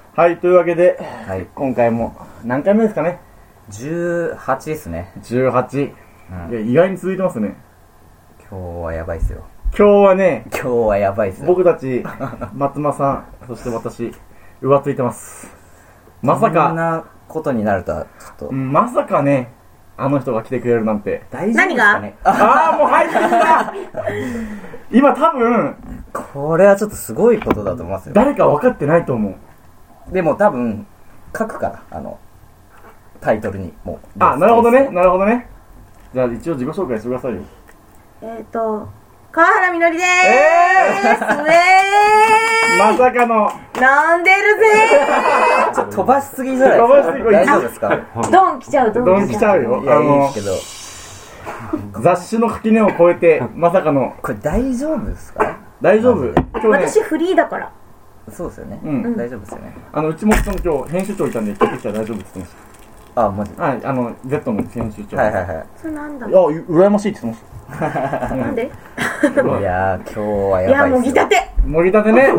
はい、というわけで、 はい、 今回も何回目ですかね。 18ですね。 18、いや意外に続いてますね。 今日はやばいっすよ。 今日はやばいっすよ。 僕たち松間さんそして私浮ついてます。まさかこんなことになるとはちょっと、 まさかね、あの人が来てくれるなんて。 大丈夫ですかね。 ああ、もう入ってきた今多分これはちょっとすごいことだと思いますよ。 誰か分かってないと思う。 でも多分書くからタイトルにもう。 なるほどね、なるほどね。じゃあ一応自己紹介してくださいよ。 川原みのりでーす。 まさかの飲んでるぜー。ちょっと飛ばしすぎじゃないですか。 飛ばしすぎ。 大丈夫ですか。 ドン来ちゃうよ。 いや、いいですけど、 雑誌の垣根を越えてまさかの。 これ大丈夫ですか。 大丈夫。 私フリーだから。 そうですよね。大丈夫ですよね。 うちもその今日編集長いたんで、来てきたら大丈夫って言ってました。 マジ。 はい、Z の編集長。 はい。 それなんだ。 羨ましいって言ってました。 なんで？ いやー、今日はやばいっすよ。 もぎたてね。もぎたて、はい、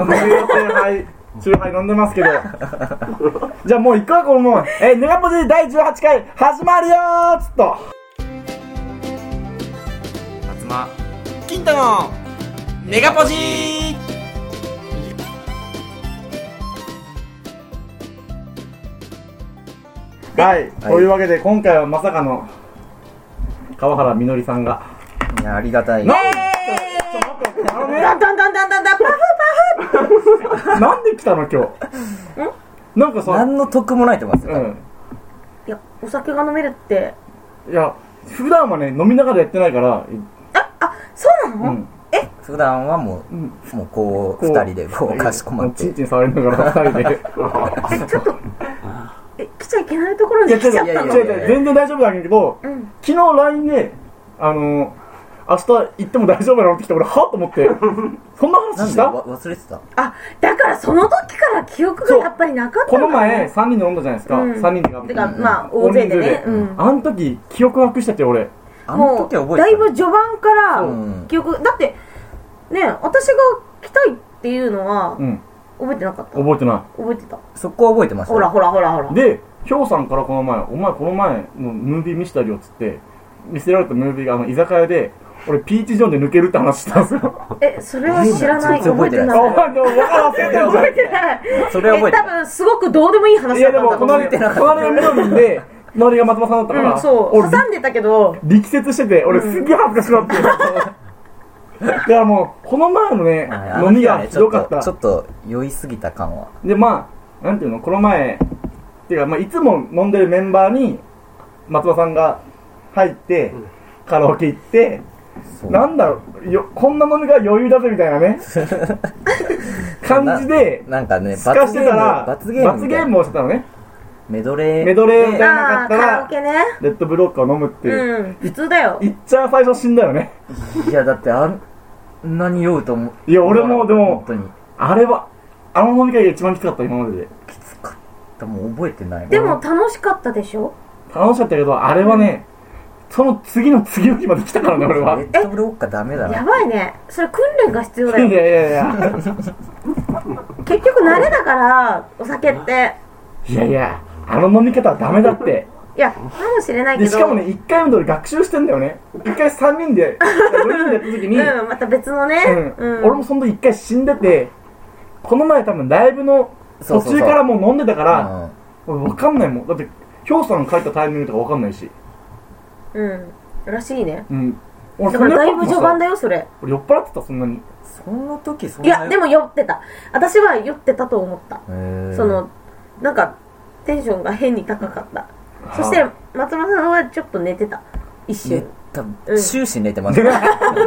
チューハイ飲んでますけど。じゃあもう行くわ、このもう。ネガポジ第18回始まるよーっつっと。 松間金太のネガポジー。 はい、というわけで今回はまさかの川原みのりさんが。 いや、ありがたい。 ダンダンパフなんで来たの今日。なんかさ、 何の得もないと思いますよ。 いや、お酒が飲めるって。 いや、普段はね、飲みながらやってないから。 そうなの？ 普段はもうこう二人でこうかしこまって。 チンチン触りながら二人で。 ちょっと。来ちゃいけないところに来ちゃったの？ 全然大丈夫だけど、昨日 LINE で明日行っても大丈夫なのって来て、俺はと思って。そんな話した？ 忘れてた。 だからその時から記憶がやっぱりなかった。 この前3人で飲んだじゃないですか。3人で。 てかまあ大勢でね。 あの時記憶なくしてて、俺。 もうだいぶ序盤から記憶だってね、私が来たいっていうのは覚えてなかった。 覚えてない。 覚えてた。 そこは覚えてました。 ほらで、ひょうさんからこの前、お前この前のムービー見せたりよっつって見せられたムービーが居酒屋で、俺ピーチジョンで抜けるって話したんですよ。 それは知らない。 覚えてない。 覚えてない。 それは覚えてない。 多分すごくどうでもいい話だったんだと思う。 隣がみのりんで隣が松間さんだったから、 そう挟んでたけど力説してて、俺すげえ恥ずかしくなって。だからもうこの前のね、飲みがひどかった。 ちょっと酔いすぎた感は。 で、なんていうの、この前っていうか、いつも飲んでるメンバーに松間さんが入ってカラオケ行って、なんだろう、こんな飲みが余裕だぜみたいなね感じでなんかね、 すかしてたら罰ゲームをしてたのね。 メドレーみたいなかったらレッドブロックを飲むっていう。 普通だよ。 いっちゃん最初死んだよね。 いや、だってあんなに酔うと思う。 いや、俺もでも本当にあれは飲み会が一番きつかった、今までで。 きつかった。もう覚えてない。 でも楽しかったでしょ。 楽しかったけど、あれはね、その次の次の日まで来たからね、俺は。 レッドブロックはダメだな。 やばいね。それ訓練が必要だよ。 いや結局慣れだからお酒って。 いや飲み方はダメだって。 いや、かもしれないけど。 でしかもね、1回目で俺学習してんだよね。1回3人で4人でやった時にまた別のね、 俺もその時1回死んでて、この前多分ライブの途中からもう飲んでたから、俺分かんないもん。だってひょうさんが書いたタイミングとか分かんないし。 らしいね。 だからだいぶ序盤だよ、それ。 俺酔っ払ってた、そんなに。 その時そんな。 いや、でも酔ってた。私は酔ってたと思った。なんかテンションが変に高かった。そして松間さんはちょっと寝てた。一瞬。 終始寝てます。いや、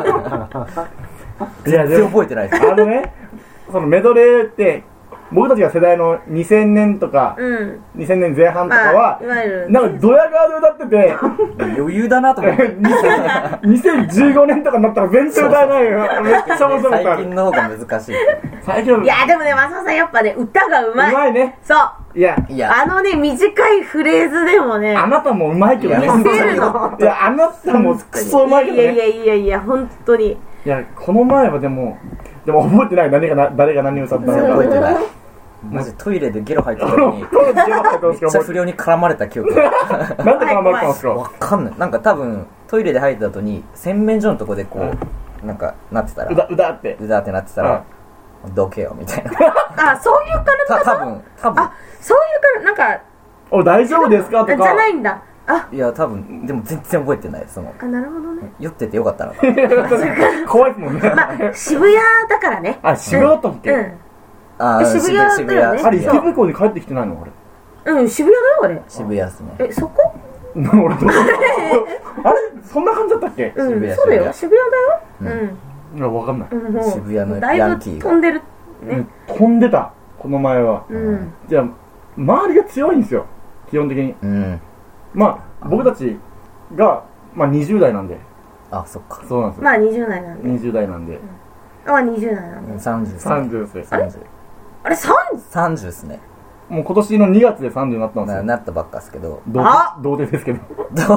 全然覚えてないです。 そのメドレーって僕たちが世代の2000年とか、2000年前半とかは、なんかドヤ顔で歌ってて余裕だなと思って 2015年とかになったら全然歌えないよ。めっちゃ面白かった。 最近の方が難しい。 いや、でもね、松間さんやっぱね、歌がうまい。 うまいね。 そう。 いや、 短いフレーズでもね、 あなたもうまいけどね。 見せるの。 いや、あなたもクソうまいけどね。 いや、本当に。 いや、この前はでも覚えてない。誰が何を歌ったのか覚えてない。 マジトイレでゲロ吐いた時にめっちゃ不良に絡まれた記憶なんで絡まれたんですか？ わかんない。なんか多分トイレで吐いた後に洗面所のとこでこうなんかなってたらうだってなってたらどけよみたいな。 あ、そういう体多分あ、そういう体なんかお大丈夫ですかとかじゃないんだ。あ、 いや多分でも全然覚えてない。そのあ、なるほどね。 酔っててよかったな。 怖いですもんね。 まあ渋谷だからね。 あ、渋谷だったっけ？ あ渋谷だよねあれ池袋に帰ってきてないのあれ？ うん、渋谷だよあれ。 渋谷っすね。 そこ？ 俺どうあれそんな感じだったっけ？ うん、 渋谷そうだよ、渋谷だよ。 いやわかんない。 もう渋谷のだいぶヤンキーが飛んでるね。 飛んでたこの前は。じゃあ周りが強いんですよ基本的に。まあ僕たちがまあ20代なんで。 あ、そっか。 そうなんですよ。 まあ20代なんで。 20代なんで。 あ、20代なんで。 30です。 あれ 30ですね。 もう今年の2月で30になったんですよ。 なったばっかですけど。 童貞ですけど。 童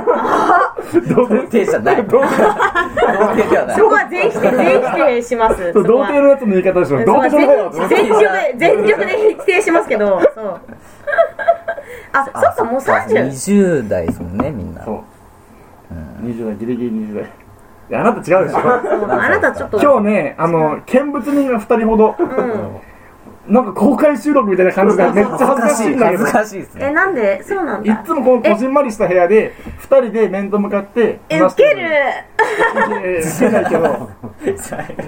貞じゃない。童貞ではない。 そこは全否定します。 童貞のやつの言い方でしょ。童貞じゃないわ。 全力で否定しますけど。そう。あ、そっか、もう 30。 20代ですもんね、みんな。 そう。20代、ギリギリ20代。いや、あなた違うでしょ。 あなたちょっと。 今日ね、見物人が2人ほど。なんか公開収録みたいな感じでめっちゃ恥ずかしいんだけど。 恥ずかしいですね。 なんで？そうなんだ。 いつもこのこじんまりした部屋で2人で面と向かってウケる。 ウケないけど。 逆に2人きり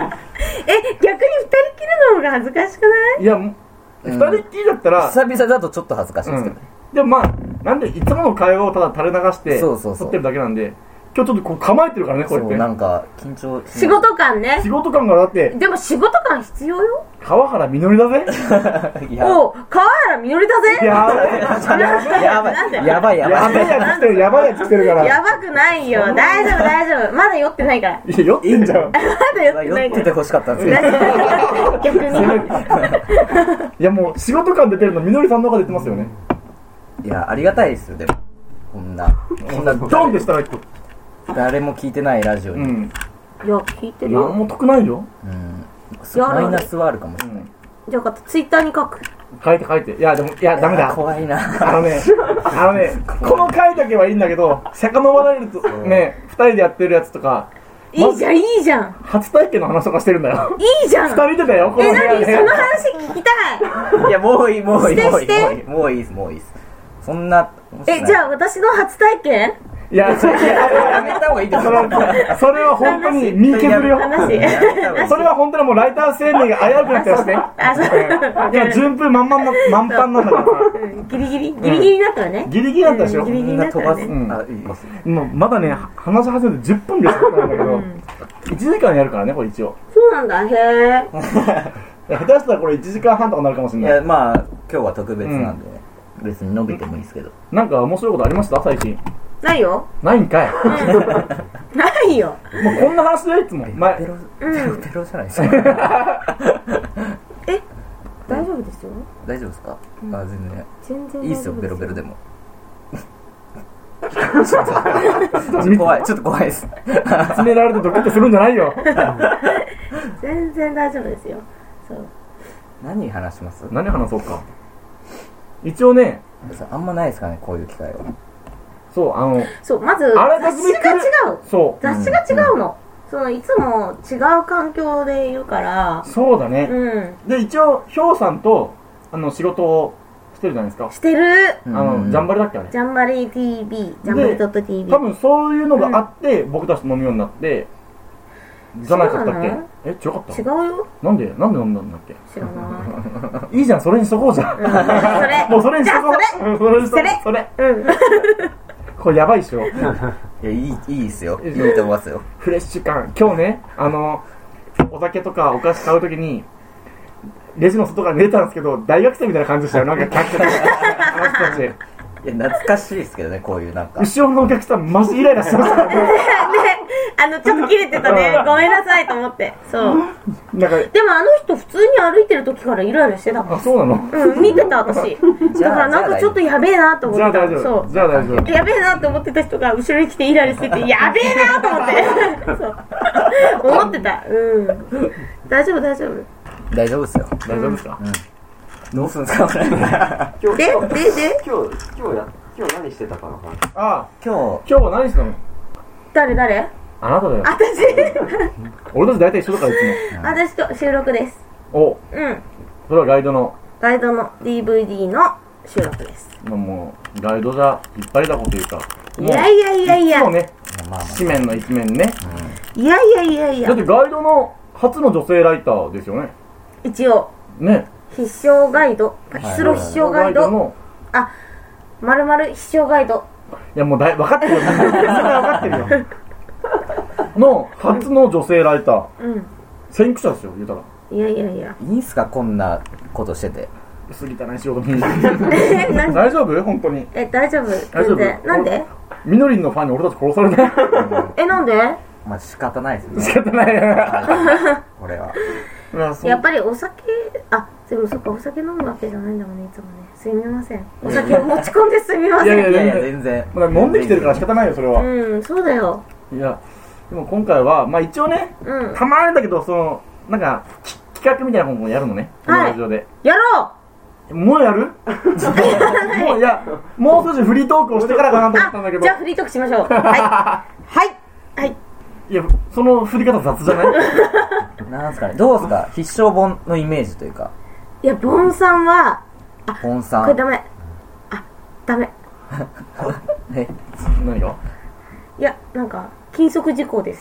の方が恥ずかしくない？ いや、2人っきりだったら久々だとちょっと恥ずかしいですけどね。 でもまあなんでいつもの会話をただ垂れ流して撮ってるだけなんで。今日ちょっとこう構えてるからね、こうやって。 なんか緊張仕事感ね。 仕事感がだって。 でも仕事感必要よ。 川原みのりだぜ。 おう、川原みのりだぜ。 やばいやばいやばいやつ来てるから。 やばくないよ。大丈夫。まだ酔ってないから。 いや、酔ってんじゃん。 まだ酔ってないから。 酔ってて欲しかったんですよ。 逆に。 いやもう仕事感出てるのみのりさんの方が出てますよね。 いや、ありがたいですよ、でも。こんなドンってしたら誰も聞いてないラジオに。 いや、聞いてるよ。 なんも得ないよ。 マイナスはあるかもしれない。 じゃあ、ツイッターに書く。 書いて。いや、でも、ダメだ。 怖いな。 この回だけはいいんだけど、遡られるとね、2人でやってるやつとか。 いいじゃん。 初体験の話とかしてるんだよ。 いいじゃん。 2人でだよ、この何その話聞きたい。 いや、もういいです。そんな。 じゃあ私の初体験？ いや、 やめた方がいいですよ。 それは本当に身削るよ。それは本当にもうライター生命が危うくなってまして。いや、順風満帆なんだからさ。 ギリギリだったらね。 ギリギリだったでしょ。 ギリギリだったらね。 もうまだね、話し始めて10分ですなんだけど、1時間やるからね、これ一応。 そうなんだ、へ下手したらこれ1時間半とかなるかもしれない。 いや、まあ、今日は特別なんでね。別に伸びてもいいですけど。 なんか面白いことありました最近？ ないよ。 ないんかい。 ないよ。 もうこんな話だよいつも。 ペロじゃないですか。 大丈夫ですよ。 大丈夫ですか？あ、全然。いいっすよ、ベロベロでも。ちょっと怖いです。 詰められてドキッとするんじゃないよ。 全然大丈夫ですよ。そう。 何話します？ 何話そうか。一応ね、 あんまないですかね、こういう機会は。 そう、まず雑誌が違う。 そう。 雑誌が違うの。いつも違う環境でいるから。 そうだね。で、一応、ひょうさんと、仕事をしてるじゃないですか。 してる。 ジャンバリだっけあれ。 ジャンバリ TV、ジャンバリ .tv。 多分そういうのがあって、僕たちと飲むようになって、じゃなかったっけ？違かった？ 違うよ。 なんで飲んだんだっけ？ 知らない。 いいじゃん、それにしとこうじゃん。もうそれにしとこう。それ。これやばいっしょ。 いや、いいっすよ。いいと思いますよ。 フレッシュ感。今日ね、お酒とかお菓子買うときに、レジの外から見えたんですけど、大学生みたいな感じでしたよ。なんかキャッキャッて。 いや、懐かしいですけどね、こういうなんか。 後ろのお客さん、マジイライラしてましたね。 ちょっと切れてたね。ごめんなさいと思って。そう。でも人普通に歩いてる時からイライラしてたもん。 あ、そうなの？ 見てた私。だからなんかちょっとやべえなと思ってた。 そう。じゃあ大丈夫。 やべえなと思ってた人が後ろに来てイライラしてて、やべえなと思って。そう。思ってた。大丈夫。 大丈夫ですよ。 大丈夫ですか？ どうするんですかこれ。 で今日何してたかな。 あ、 今今日は何してたの？ 誰あなただよ。 私俺たち大体一緒だからい私と収録です。 つも。お、 うん。 それはガイドの。 ガイドの DVD の収録です。 もうガイドじゃ引っ張りだこというか。 いやいやいやいや。 そうね。 まあ紙面の一面ね。 いやいやいやいやだって。ガイドの初の女性ライターですよね。 一応、 ね。 必勝ガイド、必勝必勝ガイド、 の。 まるまる必勝ガイド。 いやもう分かってるよ。分かってるよ。の初の女性ライター。 うん。 先駆者ですよ、言うたら。 いやいやいや。 いいんすかこんなことしてて。 過ぎたない仕事に。 何大丈夫？本当に。 大丈夫大丈夫全然。なんでみのりんのファンに俺たち殺されない。 なんでまあ仕方ないですね。 仕方ないな。 これは。 やっぱりお酒、でもそっか、お酒飲むわけじゃないんだもんね、いつもね。すみません。お酒を持ち込んですみません。 いやいやいやいや全然。 まだ飲んできてるから仕方ないよ、それは。 そうだよ。 いや、でも今回は、まあ一応ね、 うん。 たまにだけど、なんか、企画みたいな本もやるのね。このラジオで。 やろもうやる？もう、いや、もう少しフリートークをしてからかなと思ったんだけど。 じゃあフリートークしましょう。はい。 いや、その振り方雑じゃない？ なんすかね。どうですか必勝本のイメージというか。 いや、ボンさんは、 本さん。 これダメ。ダメ。 え、 何が？ いや、なんか、禁則事項です。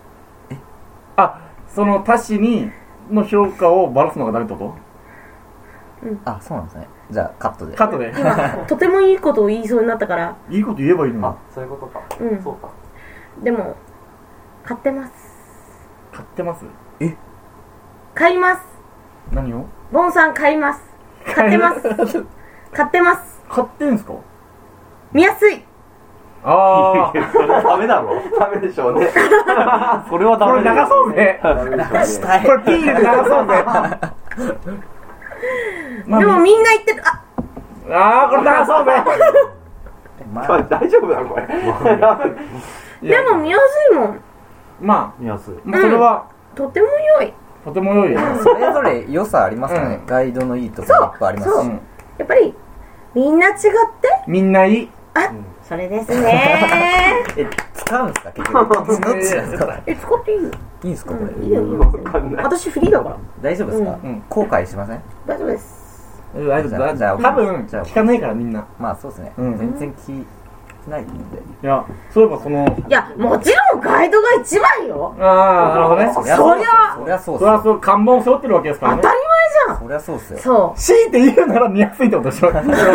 その他誌の評価をばらすのがダメってこと？ あ、そうなんですね。じゃあカットで。 カットで。 今、とてもいいことを言いそうになったから、 いいこと言えばいいのに。 そういうことか。 うんそうか。 でも、買ってます。 買ってます？ 買います。 何を？ ボンさん買います。買ってます。買ってます。 買ってんすか？ 見やすい。 ああ。 それはダメだろ。ダメでしょうね。それはダこれ流メだよ。 そうぜ。 流したい。 これピーで流そうぜ。まあでもみんな言ってる。 これ流そうぜ。 まあ、 大丈夫だこれ。 でも見やすいもん。 ま見やすい。 あ、それはとても良い。 とても良いよ。 それぞれ良さありますかね。ガイドのいいところいっぱいありますし。 うんやっぱり、みんな違って。 みんないい。 それですね。 使うんですか結局。どっちなんですか使っていいよ。 いいんですかこれ。 いいよ。 わかんない。 私フリーだから。 大丈夫ですかうん後悔しません大丈夫です。 大丈夫じゃあ多分じゃあ聞かないからみんな。 まあそうですね。 うん全然気ないと思うんで。 いや、そういえばいや、もちろんガイドが一番よ。 なるほどね。 そりゃそりゃそうっすそれはそう、看板を背負ってるわけですからね当た。り前じゃん。 そりゃそうっすよ。 そう。 強いて言うなら見やすいってことでしょ。強いて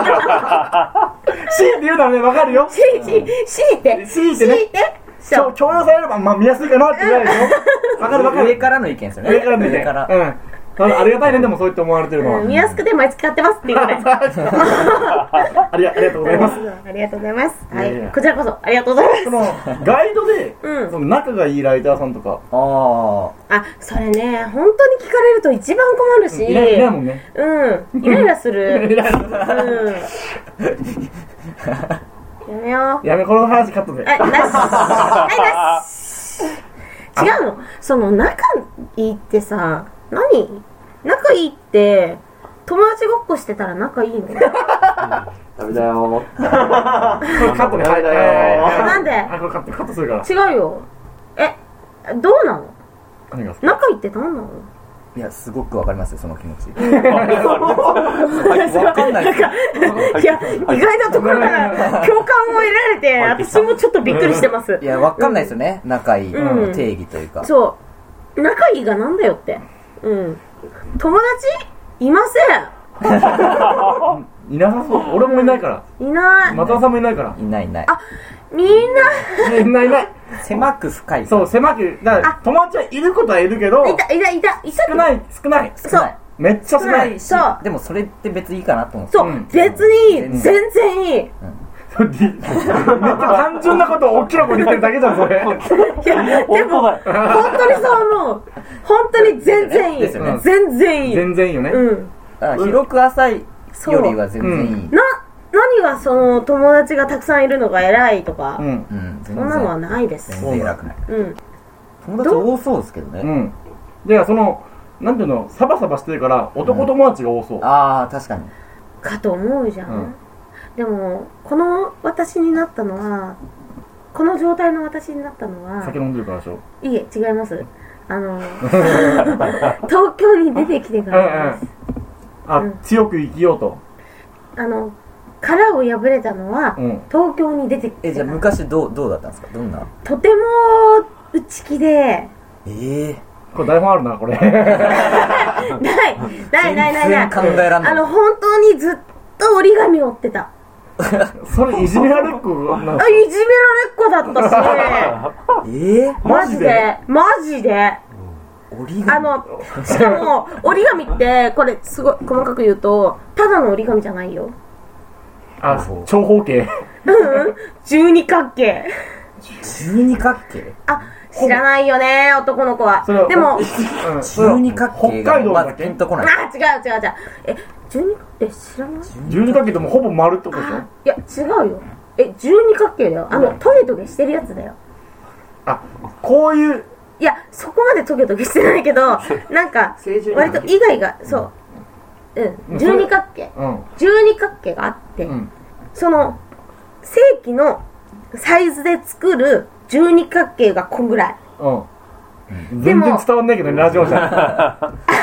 言うならね、わかるよ。 強いてね。そう。 強要されれば、まあ見やすいかなって言われるよ。わかるわかる。 上からの意見ですよね。 上から見て。 上から。 うん。ありがたいね、でもそう言って思われてるのは。 見やすくて毎月買ってますっていうぐらい。 ありがとうございます。 ありがとうございます。はいやいや。 こちらこそありがとうございそます。 の、ガイドで、 うんその仲がいいライターさんとか、 それね、本当に聞かれると一番困るし。 いないもんね。 イライラする。 イライラやめよう。 やめ、この話カットで。 なし。なし。違うの。その、仲いいってさ、仲いいって、友達ごっこしてたら仲いいのダメだよ。 これカットで。はい。 なんでこれカットするから。 違うよ。どうなの何が仲いいって何なのいや、すごくわかりますよ、その気持ち。わかんないですよ。 いや、意外なところから共感を得られて、私もちょっとびっくりしてます。 いや、わかんないですよね。仲いいうん定義というか。 そう。仲いいがなんだよって。友達いませいなさそう。俺もいないから。 ん。いない。 松田さんもいないから。 いないいない。 みんな、 いない。 狭く深い。 そう、狭く。だから、友達はいることはいるけど、 いた。 少ない。 そう。 めっちゃ少ない。 しそうでもそれって別にいいかなと思って。 そう、別にいい。全然いい。 めっちゃ単純なことを大きな声で言ってるだけじゃん、それ。 いや、でも、本当にそう思う。本当に全然いい。 ですよね全然いい。 全然いいよね。 だから広く浅いよりは全然いい。 何がその友達がたくさんいるのが偉いとか、 全そんなのはないです。 然偉くない。 うん。 友達多そうですけどね。 で、その、 なんていうの、サバサバしてるから男友達が多そう。 ああ、確かに。 かと思うじゃん。でも、この私になったのは、この状態の私になったのは、 酒飲んでるからでしょ。 いえ、違います。東京に出てきてからです。 強く生きようと。 殻を破れたのは、東京に出てきてから。 じゃあ昔どうだったんですか？どんな？ とても内気で。 これ台本あるな、これ。 ない考えらんない。 本当にずっと折り紙を折ってた。 それいじめられっ子なんですか？ いじめられっ子だったし。マジで。 折り紙。 しかも、折り紙って、これすごい細かく言うと、ただの折り紙じゃないよ。 長方形。 十二角形。 十二角形？ 知らないよね、男の子は。でも、 十二角形がまずピンとこない。 違う。十二角形知らない？ 十二角形ってもうほぼ丸ってことでしょ？ いや、違うよ。十二角形だよ。トゲトゲしてるやつだよ。 こういう。 いや、そこまでトゲトゲしてないけど、なんか、割と以外が、そう。十二角形。十二角形があって、その、正規のサイズで作る十二角形がこんぐらい。 全然伝わんないけどね、ラジオじゃ。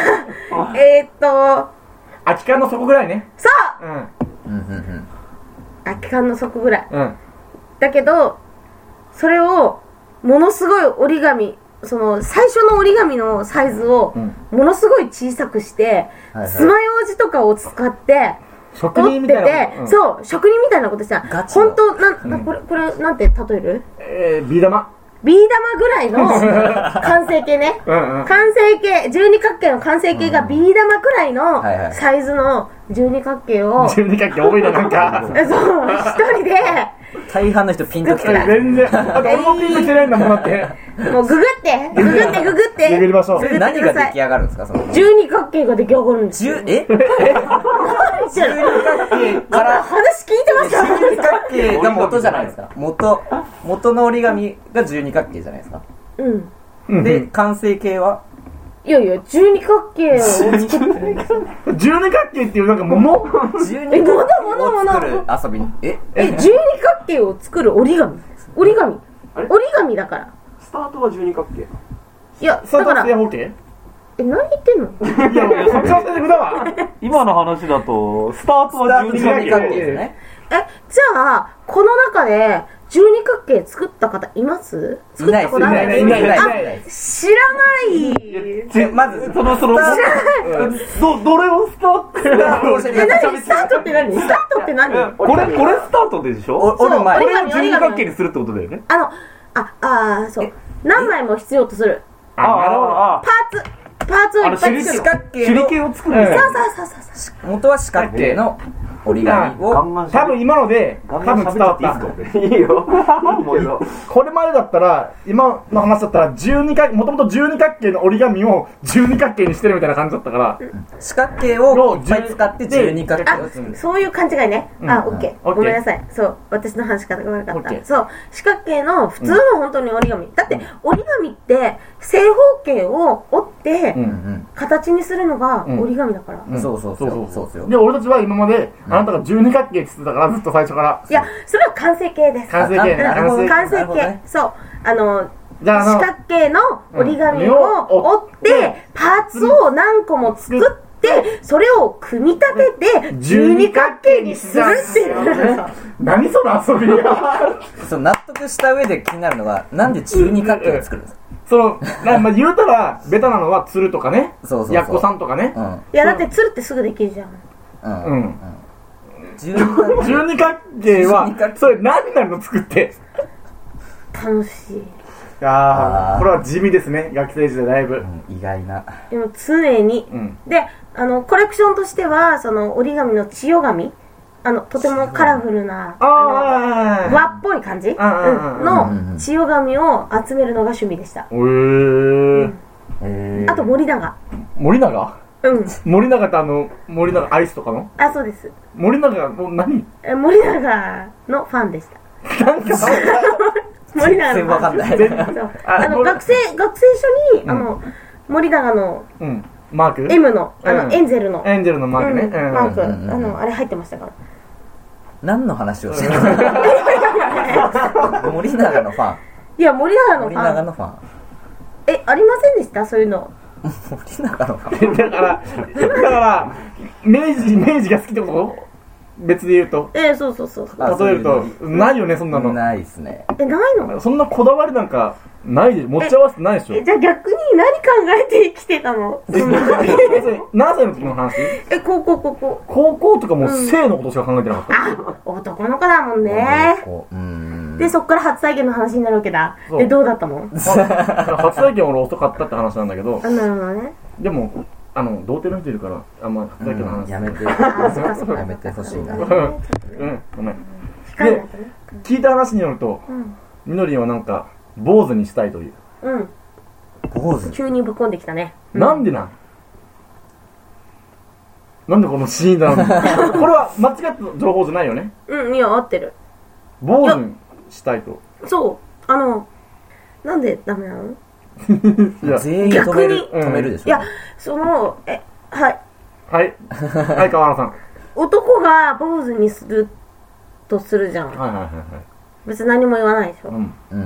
空き缶の底ぐらいね。 そう空き缶の底ぐらい。だけど、それを、ものすごい折り紙、その最初の折り紙のサイズをものすごい小さくして、爪楊枝とかを使って職人みたいな、 そう、職人みたいなことした。本当これなんて例える？ ビー玉ぐらいの完成形ね。完成形、十二角形の完成形がビー玉くらいのサイズの十二角形を。 十二角形多いな、なんか。 そう、一人で。 大半の人ピンときてない。 全然。俺もピンときてないんだもん、だって。 もうググって。 ググりましょう。 何が出来上がるんですか？ 十二角形が出来上がるんですよ。 十二角形から話聞いてますか？ 十二角形が元じゃないですか。元の折り紙が十二角形じゃないですか。で、完成形はいやいや、十二角形を作ってる。 十二角形っていうなんか物を作る遊びに。 十二角形を作る折り紙だから。 スタートは十二角形。 いや、だから。 正方形？ 何言ってんの？ いや、そっちのせいだわ。 今の話だと、スタートは十二角形ですね。 じゃあ、この中で、十二角形作った方います？作ったことある？ いない。 知らない。 まず、 どれをスタートって何？スタートって何？ これスタートでしょ？ 折る前。 これを十二角形にするってことだよね。 そう。何枚も必要とする。パーツをいっぱい作る。 四角形手裏剣を作る。 そう。 元は四角形の折り紙を。 多分今ので、多分伝わった。 いいよ。 これまでだったら、今の話だったら、もともと十二角形の折り紙を十二角形にしてるみたいな感じだったから。 四角形をいっぱい使って十二角形を作る。 そういう勘違いね。オッケー。ごめんなさい。そう、私の話し方が悪かった。そう、四角形の普通の本当に折り紙。だって、折り紙って正方形を折って、形にするのが折り紙だから。 そう。 で、俺たちは今まで、あなたが十二角形って言ってたから、ずっと最初から。 いや、それは完成形です。 完成形。 そう。四角形の折り紙を折って、パーツを何個も作って、それを組み立てて、十二角形にするっていう。 何その遊びが。 納得した上で気になるのが、なんで十二角形を作るんですか？ 言うたら、ベタなのは鶴とかね。やっこさんとかね。 いや、だって鶴ってすぐできるじゃん。 十二角形は、それ何なの作って。 楽しい。 これは地味ですね、学生時代だいぶ。 意外な。 でも常に。で、コレクションとしては、その折り紙の千代紙、とてもカラフルな、和っぽい感じの千代紙を集めるのが趣味でした。あと森永。 森永？森永って森永アイスとかの？ そうです。 森永の何？ 森永のファンでした。なんか森永のファン。学生書に森永のマーク M の、エンゼルのマークね。 マーク、あれ入ってましたから。 何の話をしてるの？森永のファン。 いや、森永のファン。 森永のファン。 ありませんでしたそういうの。 森永のファン。 だから明治が好きってこと別で言うと。 そう例えるとないよね、そんなの。 ないっすね。 ないの？ そんなこだわりなんかないで、持ち合わせてないでしょ。 じゃあ逆に何考えて生きてたの？ 何歳の時の話？ 高校。 高校とかもう性のことしか考えてなかった。 男の子だもんね。で、そっから初体験の話になるわけだ。で、どうだったの？ 初体験俺遅かったって話なんだけど。 なるほどね。 でも童貞の人いるからあんま初体験の話やめてやめてほしいな。 ごめん。で、聞いた話によるとみのりんはなんか坊主にしたいという。 坊主急にぶっこんできたね。 なんでなんでこのシーンなの？これは間違った情報じゃないよね。 いや合ってる。 坊主にしたいと。 そうなんでダメなの？ 全員止めるでしょ。 いやはい川原さん。 男が坊主にするとするじゃん。別に何も言わないでしょ。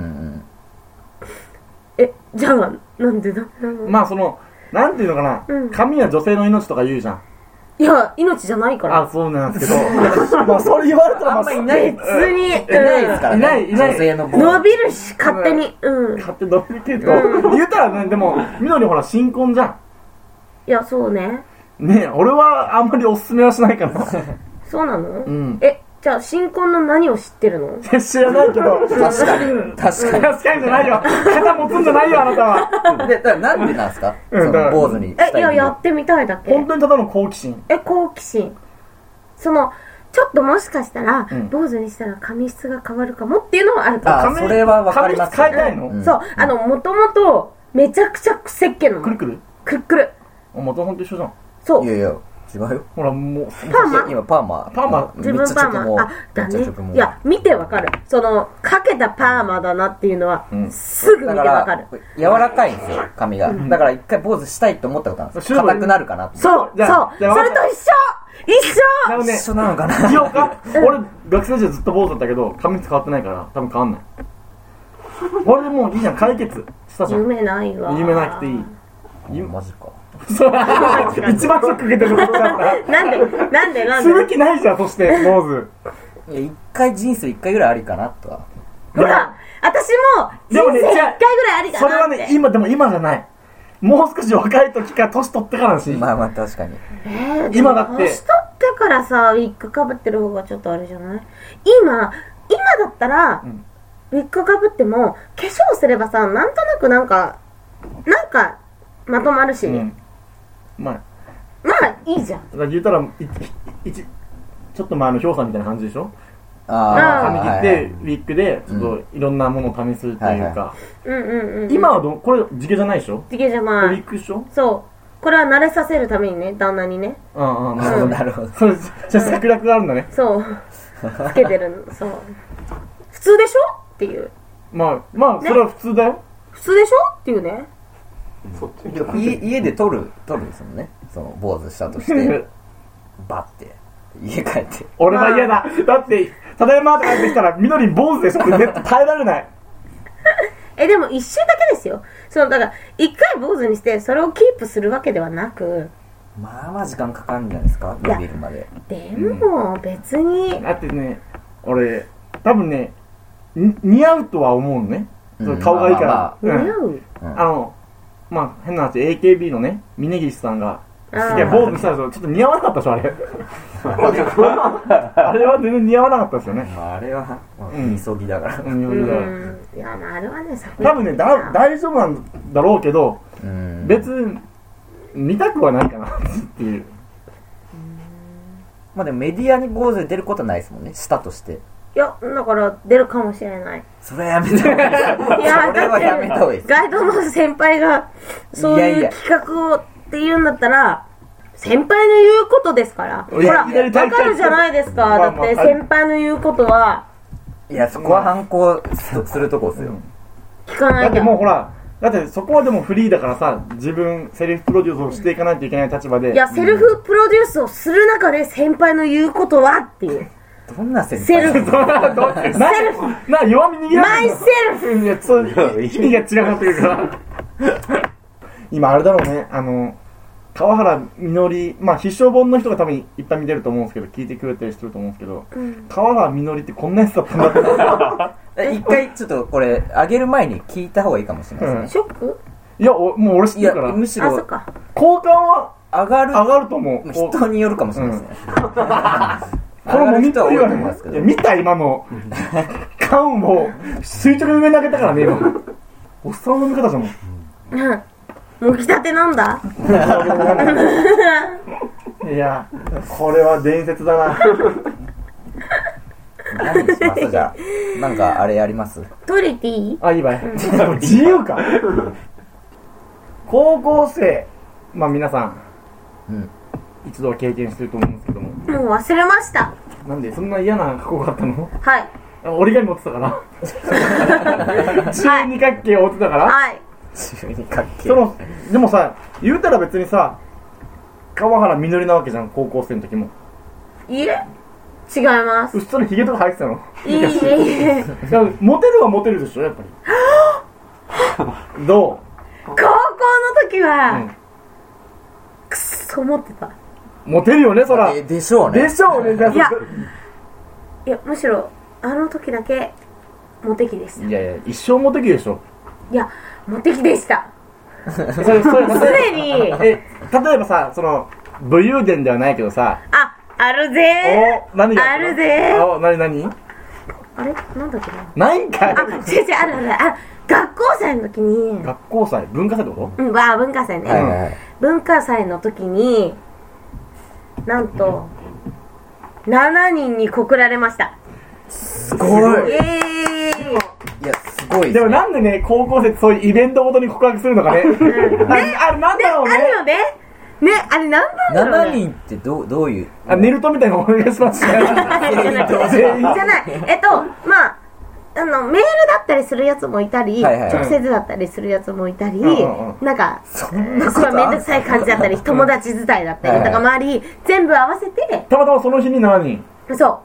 じゃあなんでダメなの？ まあなんていうのかな、髪は女性の命とか言うじゃん。 いや、命じゃないから。 そうなんですけどまあそれ言われたらあんまいない別にいないですからね。 女性の伸びるし勝手に勝手に伸びるけど言うたらね、でもみのりほら新婚じゃん。 いや、そうね。 俺はあんまりおすすめはしないかな。 そうなの？じゃあ新婚の何を知ってるの？ 知らないけど。 確かにじゃないよ。肩持つんじゃないよ、あなたは。 だからなんでなんですか？その坊主にしたい。 いや、やってみたいだけ。 本当にただの好奇心。 好奇心。ちょっともしかしたら、坊主にしたら髪質が変わるかもっていうのはあるかも。 それはわかります。 髪質変えたいの？ そう、もともとめちゃくちゃ癖っ気なの。 くるくる。 くるくる。 元さんと一緒じゃん。 そう。 いやいや違うよ。 ほらもうパーマ？ 今パーマ。 自分パーマ。だね。いや見てわかる。かけたパーマだなっていうのはすぐ見てわかる。 柔らかいんですよ髪が。だから一回坊主したいと思ったことなんです。硬くなるかな。 そう。それと一緒なのかな。 いや俺学生時代ずっと坊主だったけど髪質変わってないから多分変わんない。俺でもういいじゃん、解決したじゃん。 夢ないわ。 夢なくていい。 マジか。 一番ショック受けてることだった。 なんでする気ないじゃん、そして坊主。 いや、一回人生一回ぐらいありかなとは。 ほら、私も人生一回ぐらいありかなって。 それはね、今じゃない。もう少し若い時か年取ってからだし。 まあ確かに。 今だって年取ってからさ、ウィッグかぶってる方がちょっとあれじゃない？今だったら、ウィッグかぶっても化粧すればさ、なんとなくなんかまとまるし、まあいいじゃん。 だから言うたらちょっと前のひょうさんみたいな感じでしょ。髪切ってウィッグでちょっといろんなものを試すっていうか。今はこれ地毛じゃないでしょ。 地毛じゃない。 ウィッグでしょ。 そう。これは慣れさせるためにね、旦那にね。 なるほど。 それじゃ策略があるんだね。 そう。つけてるの。そう。普通でしょっていう。 まあそれは普通だよ。 普通でしょっていうね。 家で撮るんですもんね。その坊主したとしてバッて家帰って。 俺は嫌だ。だってただいまって帰ってきたらみのりん坊主でしょ。絶対耐えられない。 でも一瞬だけですよ。だから一回坊主にしてそれをキープするわけではなく、 まあ時間かかるんじゃないですか、伸びるまで。 でも別にだってね、俺多分ね似合うとは思うのね。顔がいいから。似合う？まあ変な話、 AKB のね峯岸さんが坊主にしたんですよ。ちょっと似合わなかったでしょ、あれ。あれは全然似合わなかったですよね。 あれはみそぎだから。 いや、あれはね、 多分ね大丈夫なんだろうけど、別に見たくはないかなっていう。 まあでもメディアに坊主で出ることはないですもんね、したとして。 いや、だから出るかもしれない。 それはやめた方がいい。いや、それはやめた方がいい。 ガイドの先輩がそういう企画をって言うんだったら、先輩の言うことですから。ほら、わかるじゃないですか。だって先輩の言うことは。 いや、そこは反抗するとこですよ。 聞かないだってもうほら、 だってそこはでもフリーだからさ、自分セルフプロデュースをしていかないといけない立場で。 いや、セルフプロデュースをする中で先輩の言うことはっていう。 どんな先輩？ セルフ。 な、弱み握らマイセルフ。 いや、そう、意味が違うっていうか。今あれだろうね、川原みのり、まあ必勝本の人が多分いっぱい見てると思うんですけど、聞いてくれたりしてると思うんですけど、川原みのりってこんなやつだったんだって一回ちょっとこれあげる前に聞いた方がいいかもしれないですね。 ショック？ いや、もう俺知ってるから。 むしろあ、そっか。 好感は上がると思う。 人によるかもしれないですね。 このもみっとりはね、見た今の缶を垂直に上に投げたからね、今。おっさんの飲み方じゃん。 もぎたてなんだ。 いや、これは伝説だな。 何にします？じゃあなんかあれやります？ トイレ行っていい？ あ、いいわよ。自由か。高校生、まあ皆さん、一度は経験してると思うんですけども。 もう忘れました。 なんでそんな嫌な過去があったの？ はい。 折り紙持ってたから。12角形を折ってたから。 はい。 12角形。 でもさ、言うたら別にさ、川原みのりなわけじゃん、高校生の時も。 いえ、違います。 うっすらヒゲとか生えてたの？ いいえ。 モテるはモテるでしょ、やっぱり。どう？ 高校の時は、くっそ思ってた。 モテるよね、そら。 でしょうね。 でしょうね。 いや、むしろあの時だけモテ期でした。 いやいや、一生モテ期でしょ。 いや、モテ期でした。 それに例えばさ、その武勇伝ではないけどさ、 あるぜー。何があるぜー。何あれなんだっけな。ないんかい。 違う、ある。学校祭の時に。 学校祭、文化祭ってこと？ 文化祭ね。文化祭の時に、なんと7人に告られました。 すごい。 イエーイ。 いや、すごい。 でもなんでね、高校生ってそういうイベントごとに告白するのかね。あれなんだろうね。 あるよね。ね、あれなんなんだろうね。 7人ってどういう？ ネルトみたいなのお願いします。じゃない。 まあ、メールだったりするやつもいたり、直接だったりするやつもいたり、なんか、すごいめんどくさい感じだったり、友達伝いだったりとかもあり、全部合わせて、 たまたまその日に7人。 そう。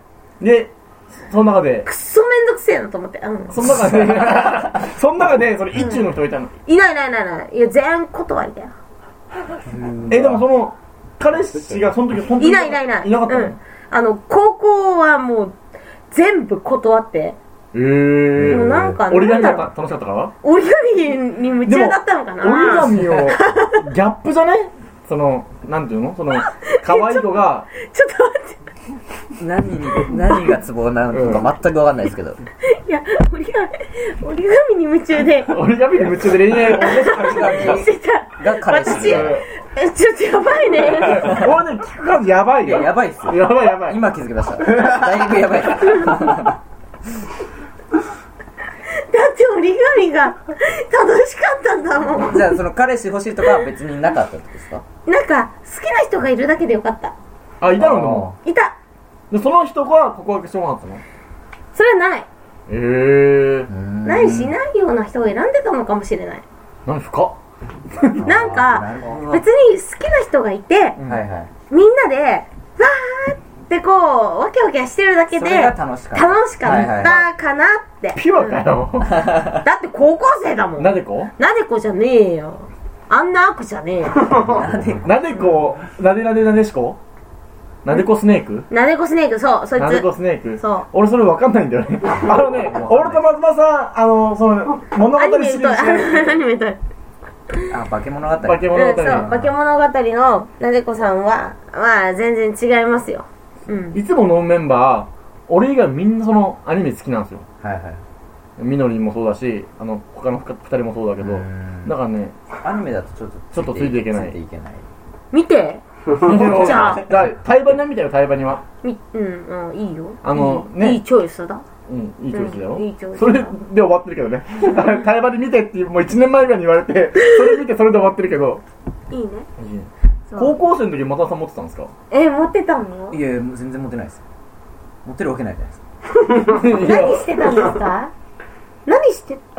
で、その中で。 くっそめんどくせえなと思って。 その中で、それ一中の人いたの？ いない。いや、全断りだよ。 でもその、彼氏がその時本当にいない。 いなかったの？ 高校はもう、全部断って。なんか折り紙が楽しかったから？ 折り紙に夢中だったのかな？ 折り紙をギャップじゃね？そのなんていうの？その可愛い子がちょっと待って。 何がツボなのか全く分かんないですけど。 いや、折り紙に夢中で。 折り紙に夢中で恋愛をしてた。 が彼氏。 ちょっとやばいね。 俺ね、聞く感じやばいよ。 やばいっすよ。 やばい。 今気づきました。だいぶやばい。 だって折り紙が楽しかったんだもん。 じゃあその彼氏欲しいとかは別になかったってですか？ なんか好きな人がいるだけでよかった。 いたの？でもいた。 でその人が告白してもらったの？ それはない。ないし、ないような人を選んでたのかもしれない。 何深っ。 なんか別に好きな人がいて、みんなでわーってこうわけわけしてるだけで楽しかったかなって。 ピュアかよ。 だって高校生だもん。 なでこじゃねえよ。あんな悪じゃねえよ。 なでこなでしこなでこスネーク、 そう、そいつ。 なでこスネーク。 そう。 俺それ分かんないんだよね。俺と松葉さん、その物語シリーズ。 アニメと。 化け物語。 そう、化け物語のなでこさんは、まあ全然違いますよ。 いつものメンバー、俺以外みんなそのアニメ好きなんですよ。みのりもそうだし、他の2人もそうだけど、だからね、 アニメだとちょっとついていけない。 見て。じゃあタイバニは見たよ。タイバニは。 いいよ。いいチョイスだ。 いいチョイスだよ。それで終わってるけどね。タイバニ見てってもう1年前ぐらいに言われて、それ見てそれで終わってるけど。 いいね。 高校生の時松田さん持ってたんですか？ 持ってたの？ いや全然持ってないです。持ってるわけないじゃないですか。 何してたんですか？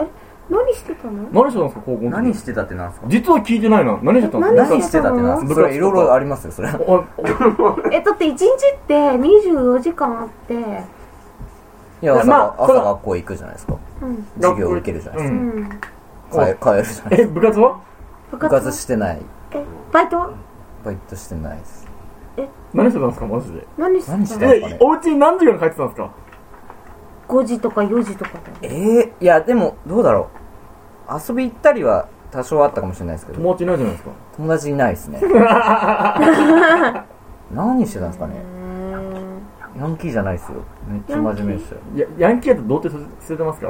何してたの？ 何してたんですか高校の時。 何してたってなんですか？ 実は聞いてないな。何してたんですか？ 何してたってなんですか？それいろいろありますよそれ。 だって1日って24時間あって、 いや朝学校行くじゃないですか。授業受けるじゃないですか。帰るじゃないですか。 部活は？ 部活してない。 バイトは？ バイトしてないです。 何してたんですかマジで。 何してたんですか？ お家に何時間帰ってたんですか ？5時とか4時とかいやでもどうだろう、遊び行ったりは多少あったかもしれないですけど。 友達いないじゃないですか。 友達いないですね。何してたんですかね。ヤンキーじゃないですよ。めっちゃ真面目でしたよ。 ヤンキーだと童貞捨ててますから。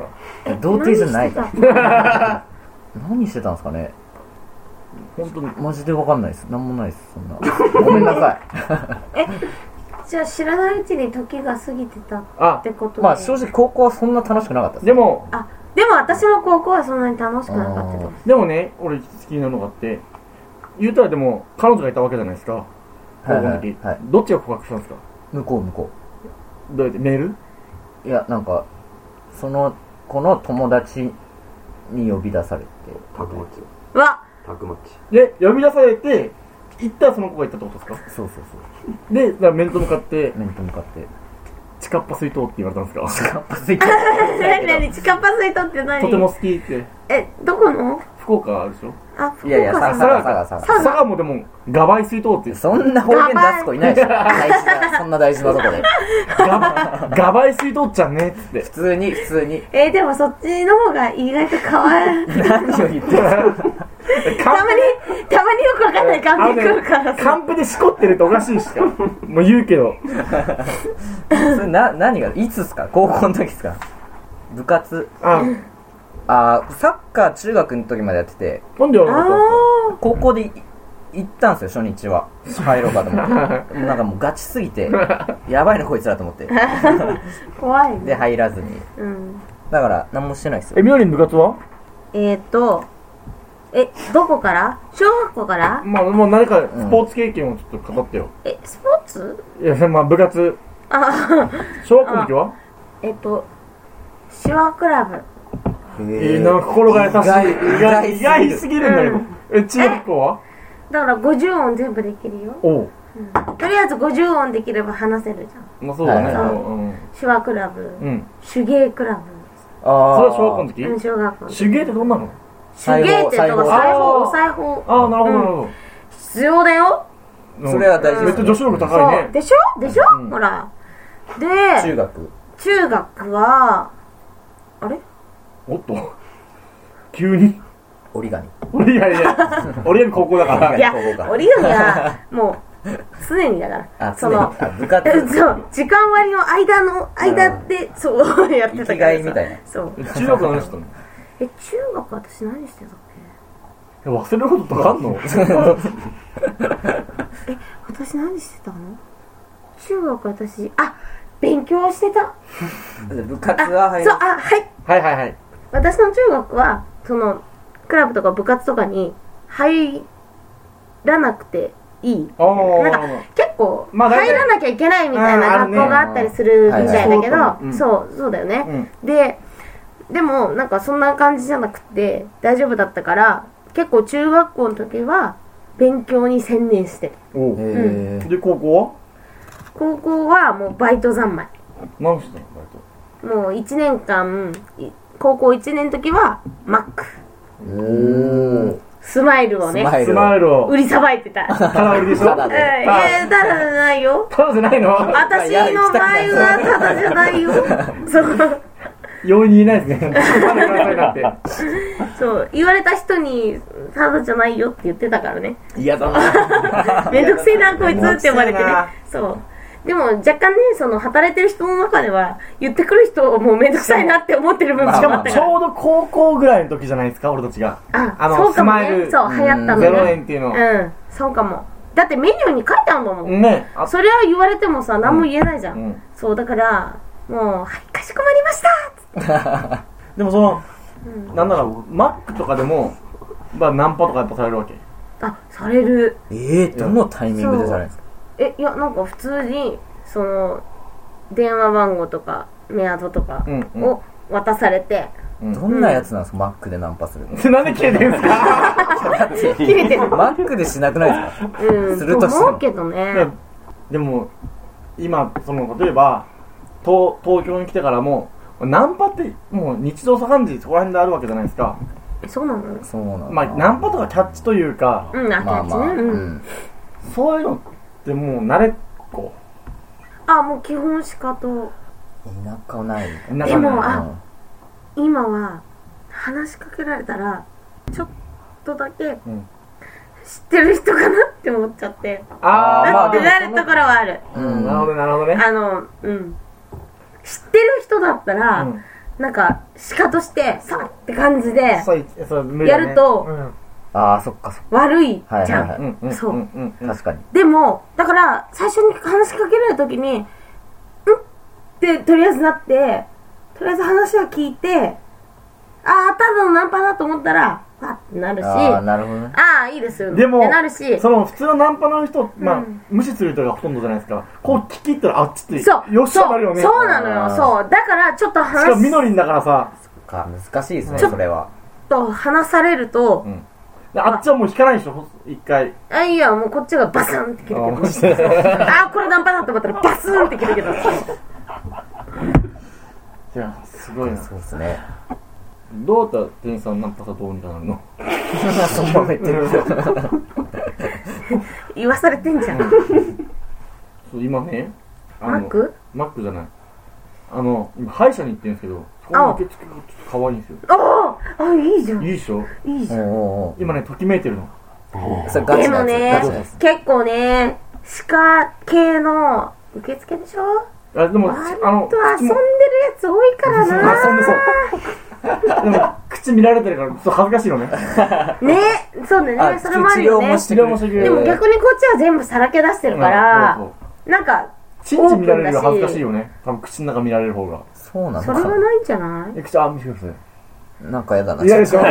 童貞じゃないから何してたんですかね。 本当にマジで分かんないです。なんもないです。そんなごめんなさい。 じゃあ知らないうちに時が過ぎてたってことで。 まあ正直高校はそんな楽しくなかったです。 でも私も高校はそんなに楽しくなかったです。 でもね、俺好きなのがあって、言うたらでも彼女がいたわけじゃないですか高校の時、どっちが告白したんですか？ 向こう。どうやってメール？ いやなんかその子の友達に呼び出されて。 タクマッチ。 で呼び出されて行ったらその子が行ったってことですか？ そうでだから面と向かってチカッパ水筒って言われたんですか？ チカッパ水筒何チカッパ水筒って何？ とても好きって。 どこの？ 福岡あるでしょ？ 福岡。いや佐賀もでもガバイ水筒ってそんな方言出す子いないでしょ。そんな大事なとこでガバイ水筒ちゃんねっつって。 普通にでもそっちの方が意外と可愛い。 何を言ってるたまによくわかんないカンペ来るからさ。 カンペでしこってるっておかしいしかもう言うけどそれ何がいつですか？高校の時ですか？部活。サッカー中学の時までやってて。 なんでやらなかったんですか？ 高校で行ったんですよ初日は。入ろうかと思ってなんかもうガチすぎてやばいなこいつらと思って怖いね。 で入らずに、だから何もしてないですよ。 みのりん部活は？ どこから？小学校から？ もう何かスポーツ経験をちょっと語ってよ。 スポーツ？ いや部活。小学校の時は？ 手話クラブ。 なんか心が優しい。意外すぎるんだけど。中学校は？だから50音全部できるよ。とりあえず50音できれば話せるじゃん。 まあそうだね。 手話クラブ、手芸クラブ。 それは小学校の時？ 小学校。 手芸ってどんなの？ 手芸って裁縫。 なるほど。 必要だよ。 それは大事です。 めっちゃ女子力高いね。 でしょ？ほら。で中学はあれ？ おっと急に折り紙。 折り紙高校だから。 いや折り紙はもう常にだからその部活時間割の間でそうやってたから生きがいみたいな。 そう中学何してたの？ 中学私何してたっけ？忘れることとかあんの？ 私何してたの？中学私勉強してた。 部活ははい私の中学はそのクラブとか部活とかに入らなくていい。なんか結構入らなきゃいけないみたいな学校があったりするみたいだけど、そうだよね。でもなんかそんな感じじゃなくて大丈夫だったから結構中学校の時は勉強に専念してる。 で高校は？ 高校はもうバイト三昧。 何してたのバイト？もう1年間高校1年の時はマック。スマイルをね売りさばいてた。 ただ売りでしょ？ ただじゃないよ。 ただじゃないの？ 私の場合はただじゃないよ。そう容易に言えないですね。 そう言われた人にただじゃないよって言ってたからね。 嫌だな。 めんどくせえなこいつって思われてね。そうでも若干ねその働いてる人の中では言ってくる人をもうめんどくさいなって思ってる部分があったから。 ちょうど高校ぐらいの時じゃないですか俺たちが。 そうかもね。そう流行ったのね。 0円っていうの。 そうかも。だってメニューに書いてあるんだもんね。 それは言われてもさ何も言えないじゃん。そうだからもうはいかしこまりましたでもそのなんだろうマックとかでもナンパとかやっぱされるわけ？ される。 どのタイミングでされるんですか？ いやなんか普通にその電話番号とかメアドとかを渡されて、 どんなやつなんですか、マックでナンパするの。 なんで切れてるんですか。 切れてる。 マックでしなくないですか。するとしても。 思うけどね。 でも今例えば東京に来てからもナンパってもう日常茶飯事そこら辺であるわけじゃないですか。 そうなの。 そうなの。 まあナンパとかキャッチというか、 キャッチね。 そういうのってもう慣れっこ。 もう基本しかと。 田舎ない。 でも今は話しかけられたらちょっとだけ知ってる人かなって思っちゃって。なるところはある。 なるほどなるほどね。 知ってる人だったらなんかシカとしてさって感じでやるとそっか悪いじゃん。そう確かに。 でもだから最初に話しかけられるときにってとりあえずなって、とりあえず話は聞いて、ただのナンパだと思ったらパッてなるし、 なるほどね。 いいですよ。 でもってなるし、 普通のナンパの人、無視する人がほとんどじゃないですか。こう聞き入ったらあっちってよっしゃなるよね。 そうなのよ。そうだからちょっと話。 しかもみのりんだからさ。 難しいですねそれは。 ちょっと話されると。 あっちはもう引かないでしょ、一回。 いや、もうこっちがバスンって切るけど。これナンパだと思ったらバスンって切るけど。 いや、すごいな。 そうですね。 どうやったら店員さんナンパさどうにかなるの。 そのまま言ってる。 言わされてんじゃん。 今ね、 マックじゃない。今歯医者に行ってるんですけど、そこの受付がちょっと可愛いんですよ。 いいじゃん。 いいでしょ。 いいじゃん。 今ね、ときめいてるの。 でもね、結構ね、歯科系の受付でしょ。 でも遊んでるやつ多いからな。 遊んでそう。でも口見られてるからちょっと恥ずかしいのね。 ね、そうだね。それもあるよね。でも逆にこっちは全部さらけ出してるから、なんかチンチン見られるより恥ずかしいよね。多分口の中見られる方が。 そうなのか。 それはないんじゃない？ 見せてください。 なんかやだな。 嫌でしょ。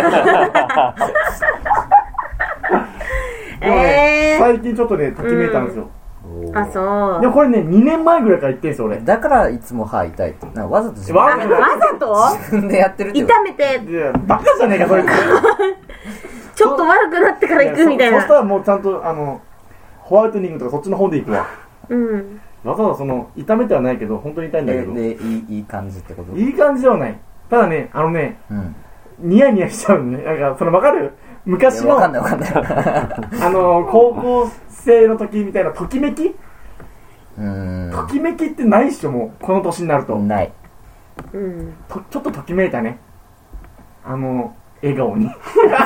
最近ちょっとね、ときめいたんですよ。 そう。 でもこれね、2年前ぐらいから言ってんすよ、俺。 だからいつも歯痛いって。わざと自分でやってるって。 痛めて。 バカじゃねえか、そいつ。 ちょっと悪くなってから行くみたいな。 そしたらもうちゃんと、ホワイトニングとかそっちの方で行くわ。わざわざ痛めてはないけど、本当に痛いんだけど。 いい感じってこと？ いい感じではない。ただね、ニヤニヤしちゃうね。なんか、わかる？昔の、 わかんない。 高校生の時みたいなときめき？ときめきってないっしょ、もう。この年になると。 ない。 ちょっとときめいたね。笑顔に。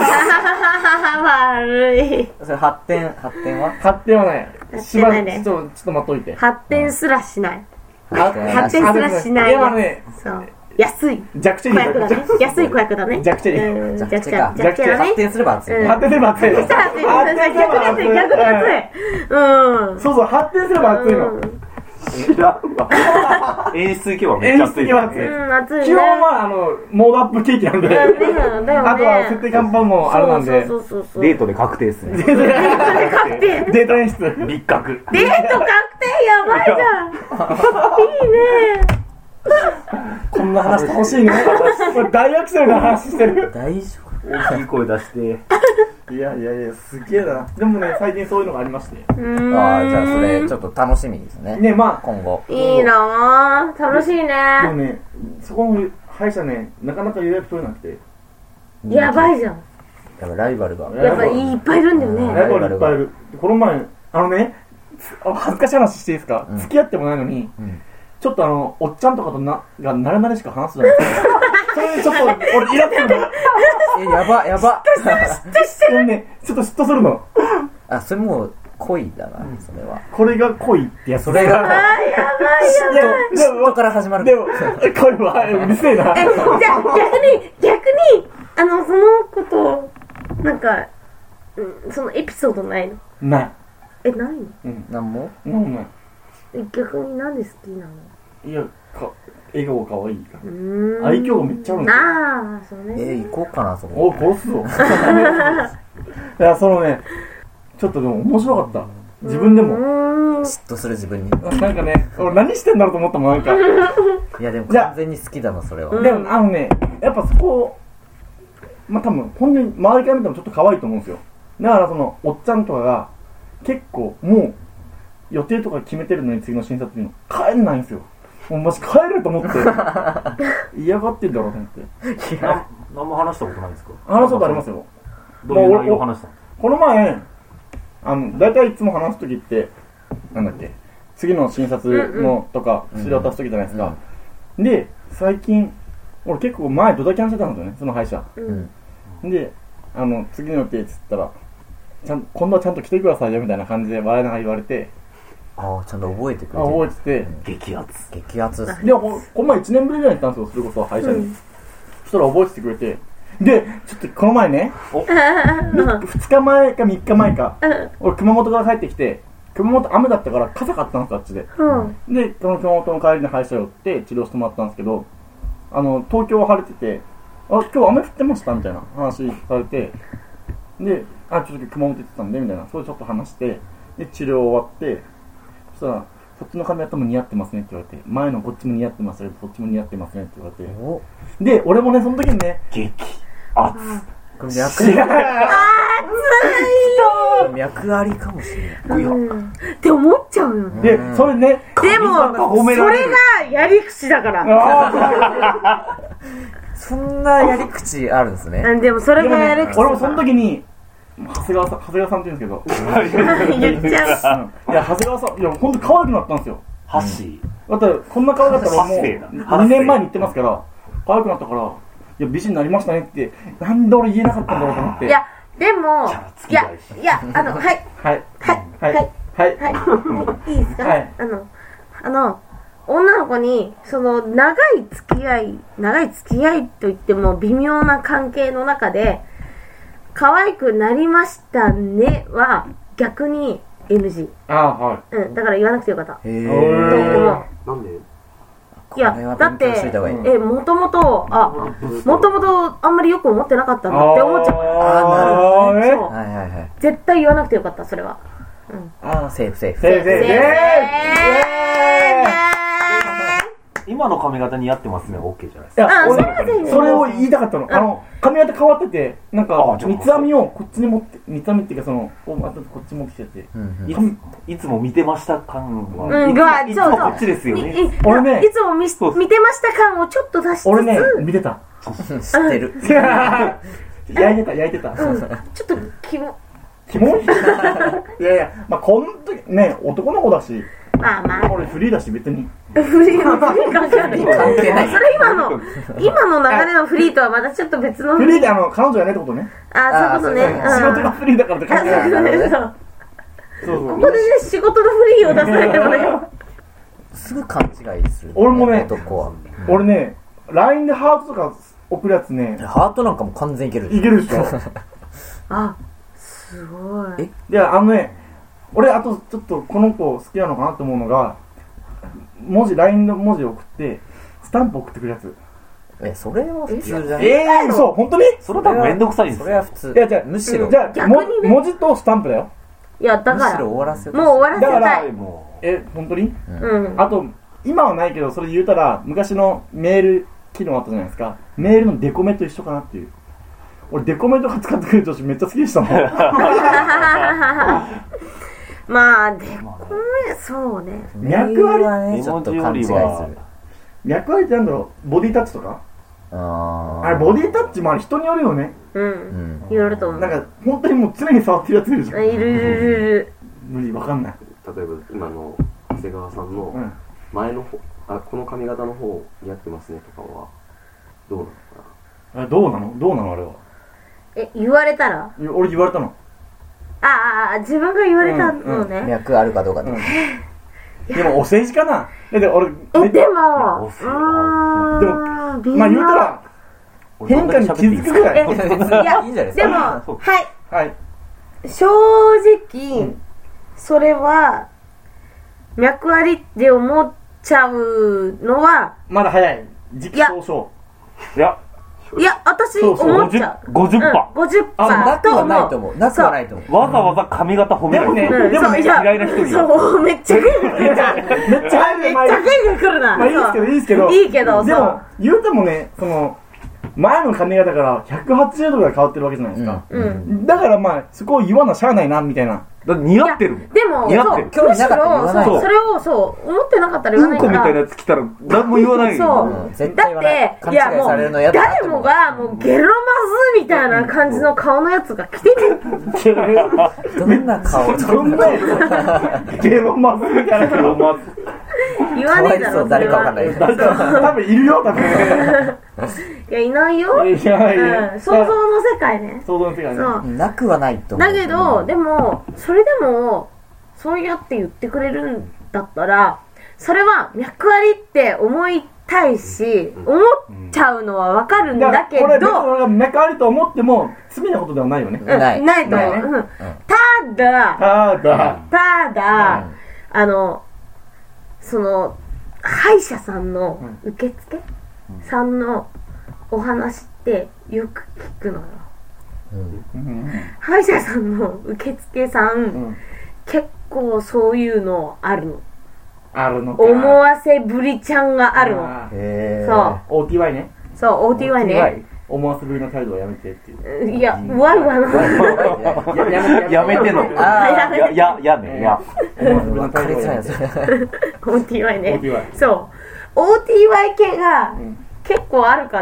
悪い。 それ発展は？ 発展はない。 してないね。 ちょっと待っといて。 発展すらしない。 発展すらしない。 いやね。 そう。安い。 弱チェリーだね。安い子役だね。 弱チェリー。 弱チェか。発展すれば熱い。 発展すれば熱い。 逆に熱い。 そう、発展すれば熱いの。 知らんわ。演出行けばめっちゃ熱い。 熱いね。 基本はモードアップケーキなんで。あとは設定看板もあれなんで。 デートで確定っすね。 デートで確定。デート演出。 立確。 デート確定やばいじゃん。いいね。 こんな話楽しいね。これ大学生の話してる。 大丈夫。 大きい声出して。 いや、すげえな。でもね、最近そういうのがありまして。 じゃあそれちょっと楽しみですね。 ね、まあ今後。 いいなぁ。楽しいね。 でもね、そこの歯医者ね、なかなか予約取れなくて。 やばいじゃん。 やっぱライバルが。 やっぱいっぱいいるんだよね。 ライバルいっぱいいる。この前、恥ずかしい話していいですか？付き合ってもないのに、ちょっとおっちゃんとかとがなれなれしか話すじゃないですか。それでちょっと、俺イラつくの。 やば。 嫉妬してる。 ね、ちょっと嫉妬するの。 それもう恋だな、それは。 これが恋ってやつ。 それが。 やばい。 嫉妬から始まる。 でも、恋は、うるせえな。 じゃあ、逆に、その子と、なんか、そのエピソードないの？ ない。 ないの？ なんもない。 逆になんで好きなの？ いや、笑顔かわいいから。愛嬌がめっちゃあるんですよ。 そうね。 行こうかな、そこ。 殺すぞ。いや、ちょっとでも面白かった。自分でも。 嫉妬する自分に。 なんかね、俺何してんだろうと思ったもん、なんか。 いやでも完全に好きだな、それは。 でもやっぱそこ、まあ多分、本当に周りから見てもちょっと可愛いと思うんですよ。だからその、おっちゃんとかが、結構もう、予定とか決めてるのに次の診察っていうの、帰んないんですよ。もうもし帰ると思って、嫌がってんだろうと思って。 何も話したことないんですか？ 話したことありますよ。 どういう内容を話したの？ この前、大体いつも話すときって、なんだっけ、次の診察のとか、薬を渡すときじゃないですか。で、最近、俺結構前ドタキャンしてたんですよね、その歯医者。で、次の予定っつったら、今度はちゃんと来てくださいよみたいな感じで笑いながら言われて、 ああ、ちゃんと覚えてくれてる。 覚えてて、激アツですね。 で、この前1年ぶりぐらいに行ったんですよ、それこそ歯医者に。そしたら覚えててくれて、で、ちょっとこの前ね、2日前か3日前か、俺熊本から帰ってきて、熊本雨だったから傘買ったんですよ、あっちで。で、その熊本の帰りに歯医者寄って治療してもらったんですけど、東京は晴れてて、今日雨降ってましたみたいな話されて、で、ちょっと熊本行ってたんで、みたいな、それちょっと話して、で、治療終わって、そしたら、こっちの髪型も似合ってますねって言われて、前のこっちも似合ってますね、こっちも似合ってますねって言われて、で、俺もね、その時にね、 激アツ脈ありかもしれない。 って思っちゃうよね。 で、それね、 でも、それがやり口だから。 そんなやり口あるんですね。 でもそれがやり口。 俺もその時に、長谷川さんって言うんですけど、 言っちゃう。 いや、長谷川さん、いや、ほんと可愛くなったんですよ。 ハッシー。だって、こんな可愛かったらもう、2年前に言ってますから、可愛くなったから、いや、美人になりましたねって、なんで俺言えなかったんだろうと思って。 いや、でも、はい、いいですか？女の子に、長い付き合いといっても微妙な関係の中で、可愛くなりましたねは、逆に NG。だから言わなくてよかった。 なんで？ いや、だって、もともとあんまりよく思ってなかったんだって思っちゃう。なるほどね。絶対言わなくてよかった、それは。 セーフ。 今の髪型似合ってますね、OK じゃないですか。 いや、それを言いたかったの。髪型変わってて、なんか、三つ編みをこっちに持って、三つ編みっていうかこっち持ってきてて。 いつも見てました感は。 いつもこっちですよね。 俺ね、 いつも見てました感をちょっと出しつつ。 俺ね、見てた。 知ってる。 焼いてた。 ちょっとキモいいや、まあ、この時ね、男の子だし、 まあ。 俺フリーだし別に。 フリー関係ない。それ今の流れのフリーとはまたちょっと別の。 フリーで彼女がねってことね。 そういうことね。 仕事がフリーだからって関係ない。 ここでね、仕事のフリーを出されてもね。 すぐ勘違いする。 俺もね、 男は。 俺ね、LINE でハートとか送るやつね。 ハートなんかも完全いけるでしょ。 いけるでしょ。 すごい。 いや、俺、あと、ちょっとこの子好きなのかなと思うのが、LINE の文字を送って、スタンプ送ってくるやつ。 それは普通じゃない。 そう、本当に？ それ多分めんどくさいんですよ。 それは普通。 いや、むしろ。じゃあ、文字とスタンプだよ。 いや、だから。 むしろ終わらせもう終わらせたい。 本当に？あと、今はないけど、それ言うたら、昔のメール機能あったじゃないですか。メールのデコメと一緒かなっていう。俺デコメントが使ってくる女子めっちゃ好きでしたもん。 まあデコメ、そうね。 脈ありはね、ちょっと勘違いする。 脈ありってなんだろう、ボディタッチとか。あれボディタッチもあれ人によるよね。 いろいろと思う。 なんか本当にもう常に触ってるやついるじゃん。 いる。 無理、わかんない。 例えば今の長谷川さんの前の方、この髪型の方似合ってますねとかはどうなのかな。 どうなのあれは。 言われたら？ 俺言われたの。 自分が言われたのね。 脈あるかどうかで。 でもお世辞かな。でもでもまあ言うたら変化に気づくぐらい。 いや、でもはい正直それは脈ありって思っちゃうのはまだ早い。時期尚早。 いやいや、私思っちゃう。 50%。 なくはないと思う。なくはないと思う。 わざわざ髪型褒めるね。 でもね、 嫌いな人に。 そう、めっちゃグイグイ来るじゃん。めっちゃグイグイ来るな。 まあいいですけど、 いいけど、 でも、言うてもね、その、前の髪型から180度ぐらい変わってるわけじゃないですか。だからまあ、そこを言わなしゃあないな、みたいな。 似合ってるもん。 でも、 似合ってる。 むしろ、それを、思ってなかったら言わないから。 うんこみたいなやつ来たら、何も言わないよ。 そう。だって、いやもう、誰もが、もう、ゲロマズみたいな感じの顔のやつが来てる。 どんな顔どんなやつゲロマズみたいなゲロマズ。 言わねえだろ、 誰かわかんない。 多分いるよ、多分。 いや、いないよ。想像の世界ね。 想像の世界ね。 なくはないと思う。 だけど、でも、それでも、そうやって言ってくれるんだったら、それは脈ありって思いたいし、思っちゃうのはわかるんだけど、これが脈ありと思っても、罪なことではないよね。 ないと思う。ただ、その、歯医者さんの受付さんのお話ってよく聞くのよ。歯医者さんの受付さん、結構そういうのあるの。 あるのか。 思わせぶりちゃんがあるの。 そう。OTY ね。 そう、OTY ね。 思わせぶりの態度はやめてっていう。 いや、ワイワイやめての。やね、や。 分かりづらいやつ。 OTY ね。そう。OTY 系が結構あるから。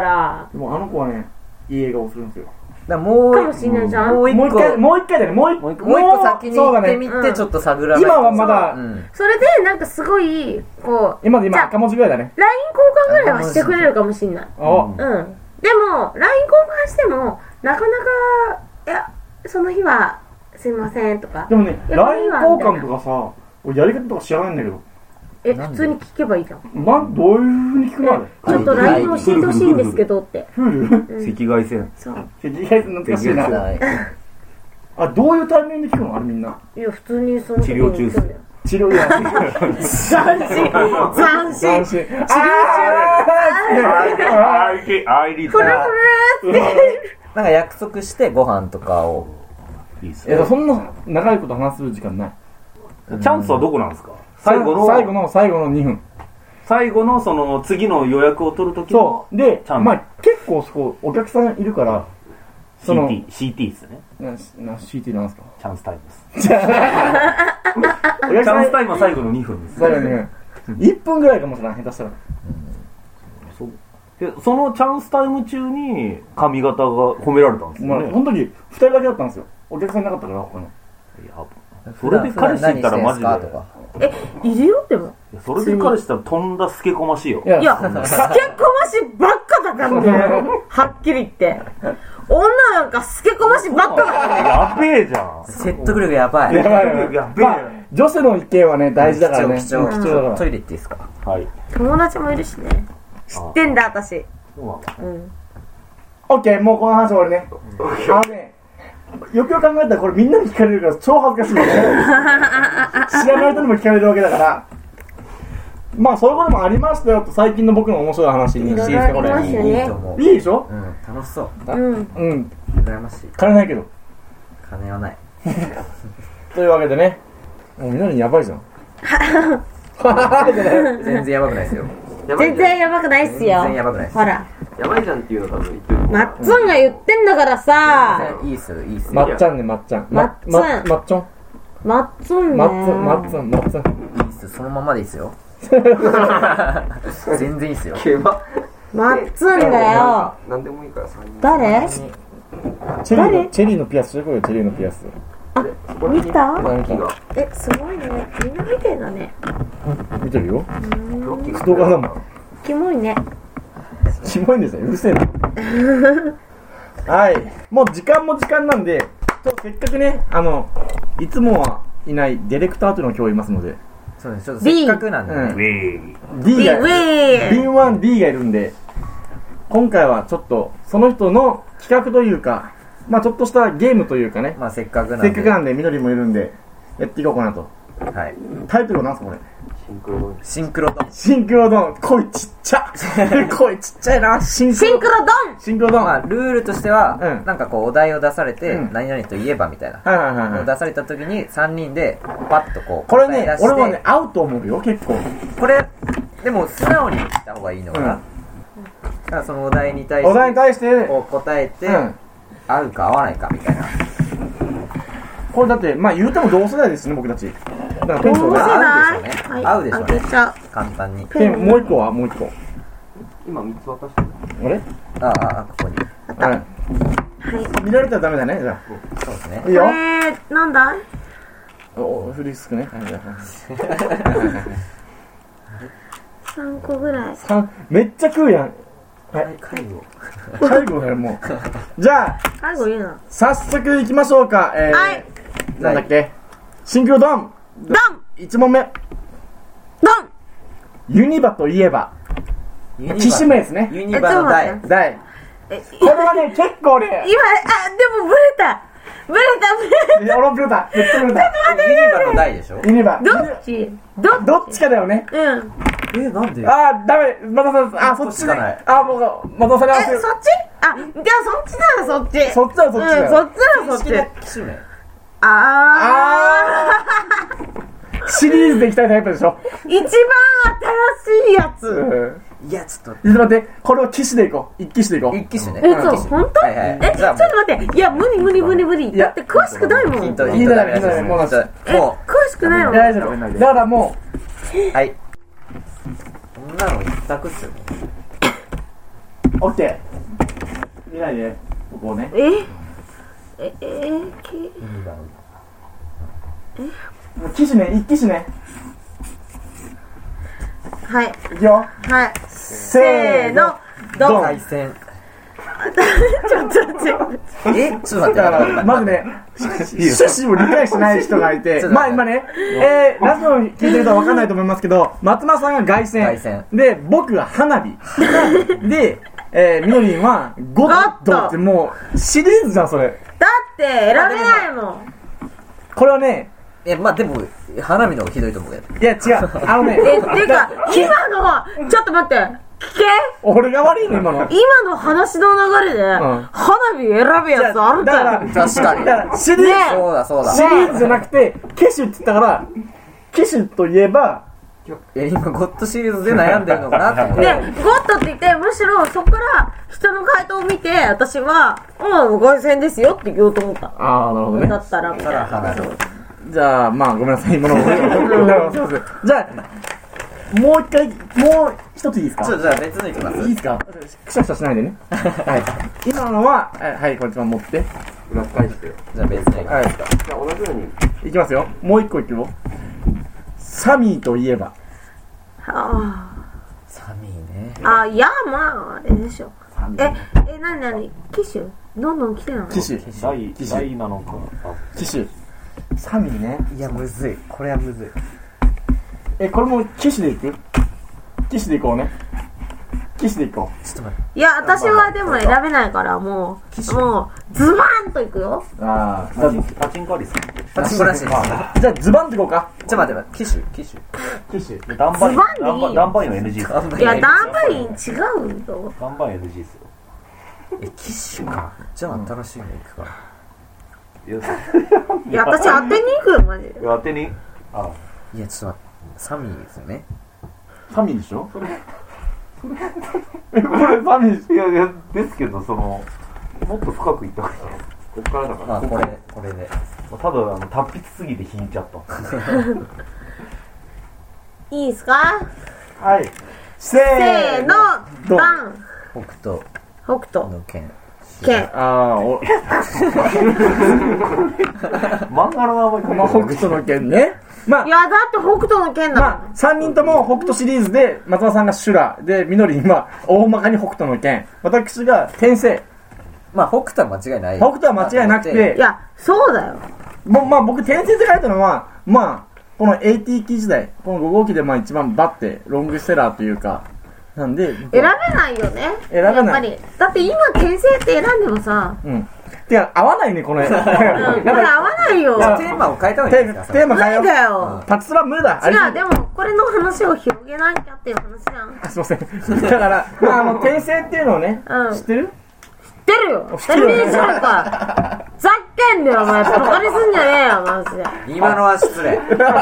でもあの子はね、いい映画をするんですよ。 もうかもしれないじゃん。 もう一回だね。もう一個先に行ってみて、ちょっと探らないと。 今はまだ。 それでなんかすごい、こう。 今赤文字ぐらいだね。 LINE 交換ぐらいはしてくれるかもしれない。でも、LINE 交換しても、なかなか、いや、その日は、すいませんとか。 でもね、LINE 交換とかさ、やり方とか知らないんだけど。 普通に聞けばいいじゃん。 どういう風に聞くのあれ？ ちょっと LINE を教えてほしいんですけどって。 フール？ 赤外線。 そう。 赤外線懐かしいな。どういうタイミングで聞くのあれみんな。 いや、普通にその治療中っす。 治療や。 斬新。治療中。フルフルって。 なんか約束してご飯とかを。 いいっすね。 そんな長いこと話す時間ない。 チャンスはどこなんですか？最後の 2分。 最後のその次の予約を取るときのそうで、まあ結構そこお客さんいるからその CT ですね。 CT なんですか？ チャンスタイムです。チャンスタイムは最後の2分です。 最後の2分。1分ぐらいかもしれない、下手したら。 そのチャンスタイム中に髪型が褒められたんですよね。 その時2人だけだったんですよ。お客さんいなかったから他の。 それで彼氏いたらマジで。いるよでも。 それで彼氏いたらとんだスケこましいよ。 いや、スケこましばっかだからね。はっきり言って。女なんかスケこましばっかだからね。 やべえじゃん。 説得力やばい。 やべえ。 女性の意見はね、大事だからね。 貴重だから。トイレ行っていいですか？ はい。 友達もいるしね。知ってんだ、私。オッケー、もうこの話終わりね。よくよく考えたらこれみんなに聞かれるから超恥ずかしいよね。知らない人にも聞かれるわけだから。まあそういうこともありましたよと、最近の僕の面白い話にしていいですか？これいいと思う。いいでしょ？ 楽しそう。 羨ましい。 金ないけど。 金はない。 というわけでね、もうみんなにやばいじゃん。 全然やばくないですよ。 全然やばくないっすよ。 全然やばくないっす。 ほら。 やばいじゃんっていうの多分言ってる。 まっつんが言ってんだからさ。 いいっすよ、いいっすよ。 まっちゃんね、まっちゃん。 まっつん。 まっちょん。 まっつんね。 まっつん、まっつん、まっつん。 いいっすよ、そのままでいいっすよ。全然いいっすよ。 まっつんだよ。 なんでもいいから3人。 誰？ チェリーのピアスしてこいよ、チェリーのピアス。 見た？すごいね。みんな見てんだね。 見てるよ。人がだもん。 キモいね。 キモいんですよ、うるせえな。はい、もう時間も時間なんで、せっかくね、いつもはいないディレクターというのを今日いますので。 そうです、ちょっとせっかくなんでね。 D が、敏腕 D がいるんで、今回はちょっとその人の企画というか、まあちょっとしたゲームというかね、 まあせっかくなんでみのりもいるんでやっていこうかなと。 はい。 タイトルは何すかこれ？ シンクロドン。 シンクロドン。声ちっちゃ。声ちっちゃいな。シンクロドン。シンクロドン。 まあ、ルールとしては、なんかこう、お題を出されて、何々といえばみたいな。出された時に、3人で、パッとこう、 これね、俺もね、合うと思うよ、結構。 これ、でも、素直に言った方がいいのかな。だからそのお題に対して、こう答えて、合うか合わないかみたいな。 これだって、まあ言うても同世代ですね、僕たち。だからペンと合うでしょうね。合うでしょうね。簡単に。 ペン、もう一個はもう一個。 今3つ渡してる。 あれここに。 はい。見られたらダメだね、じゃあ。 そうですね。 いいよ。 なんだい？ フリスクね。 3個ぐらい。 めっちゃ食うやん。はい。介護だよ、もう。じゃあ、 介護言うな。 早速行きましょうか。 はい。 なんだっけ？シンクロドン！ ドン ！1問目。ドン！ユニバといえば。機種名ですね。 ユニバの台。 これはね、結構ね。 今、でもブレた。 いや、俺もブレた。めっちゃブレた。 ユニバの台でしょ？ ユニバ。 どっちかだよね。 なんで？ ダメ。またさん、そっちじゃない。もう、またさんに合わせる。 そっち？じゃあそっちならそっち。 そっちならそっちだよ。 そっちならそっち。 機種名。 シリーズでいきたいタイプでしょ。 一番新しいやつ。 いや、ちょっと待って、これを機種でいこう。一機種でいこう。 一機種ね。 そう、ほんと？ちょっと待って。いや、無理。だって詳しくないもん。 ヒントいいだろ、もう。 詳しくないもん。 大丈夫。だからもう。はい。こんなの一択っすよね。 オッケー。見ないで、ここをね。機種ね、一機種ね。 はい。 いくよ。 はい。 せーの。ドン。 対戦。 ちょっと待って。 ちょっと待って。 だから、まずね、趣旨を理解しない人がいて、まあ今ね、ラジオに聞いてるとは分かんないと思いますけど、松間さんが凱旋。で、僕が花火。で、みのりんはゴッドってもう、シリーズじゃん、それ。 だって、選べないもん。 これはね、 まあでも、花火の方がひどいと思うよ。 いや、違う。 っていうか、今のは、ちょっと待って。聞け？ 俺が悪いの今の話の流れで、花火選ぶやつあるかよ。確かに。 シリーズ、 そうだ。 シリーズじゃなくて、機種って言ったから、機種といえば、 今ゴッドシリーズで悩んでるのかなって。 で、ゴッドって言って、むしろそこから人の回答を見て、私は、凱旋ですよって言おうと思った。 なるほどね。 だったら、みたいな。 じゃあ、まあ、ごめんなさい、今の。じゃあ、もう一ついいですか？ じゃあ別のいきます。 いいですか？くしゃくしゃしないでね。はい。今のは、はい、こっち持って。 裏返してよ。 じゃあ別のいきますか。 じゃあ同じように。 いきますよ。もう一個いくよ。サミーといえば。 サミーね。 いや、まあ、あれでしょ。なに機種どんどん来てるの？ 機種。 大なのか。 機種。サミーね。 いや、むずい。これはむずい。 これも機種でいく？機種でいこうね。機種でいこう。 ちょっと待って。 いや、私はでも選べないから、もう、ズバーンといくよ。 パチンコありっすね。 パチンコらしいです。 じゃあ、ズバンっていこうか。 ちょっと待って、機種。 ダンバインは NG ですか？ いや、ダンバイン違うよ。 ダンバイン NG ですよ。 機種か。じゃあ、新しいのいくか。 いや、私当てに行くよ、マジで。 当てに？ いや、ちょっと待って、サミーですよね。 サミーでしょ？これサミー。 いや、ですけど、もっと深くいった方がいいじゃないですか。こっからだから。 これで。 ただ、達筆すぎて引いちゃった。 いいですか？ はい。せーの、 バン。 北斗の剣。 漫画の名前北斗の剣ね。 いや、だって北斗の剣だもん。 3人とも北斗シリーズで、松田さんが修羅で、みのりんは大まかに北斗の剣。私が転生。 北斗は間違いない。 北斗は間違いなくて。 いや、そうだよ。 僕転生って書いたのは、この AT 機時代、この5号機で一番バッてロングセラーというか、選べないよね。 選べない。 やっぱり。だって今転生って選んでもさ、 てか合わないねこの絵。 これ合わないよ。 テーマを変えた方がいいですか？ テーマ変えよう。 無理だよ。 パチスロ無理だ。 違う、でもこれの話を広げなきゃっていう話じゃん。 すいません。だから転生っていうのをね、知ってる？ 知ってるよ。知ってるじゃんか。ざっけんだよお前。バカにすんじゃねえよマジで。 今のは失礼。謝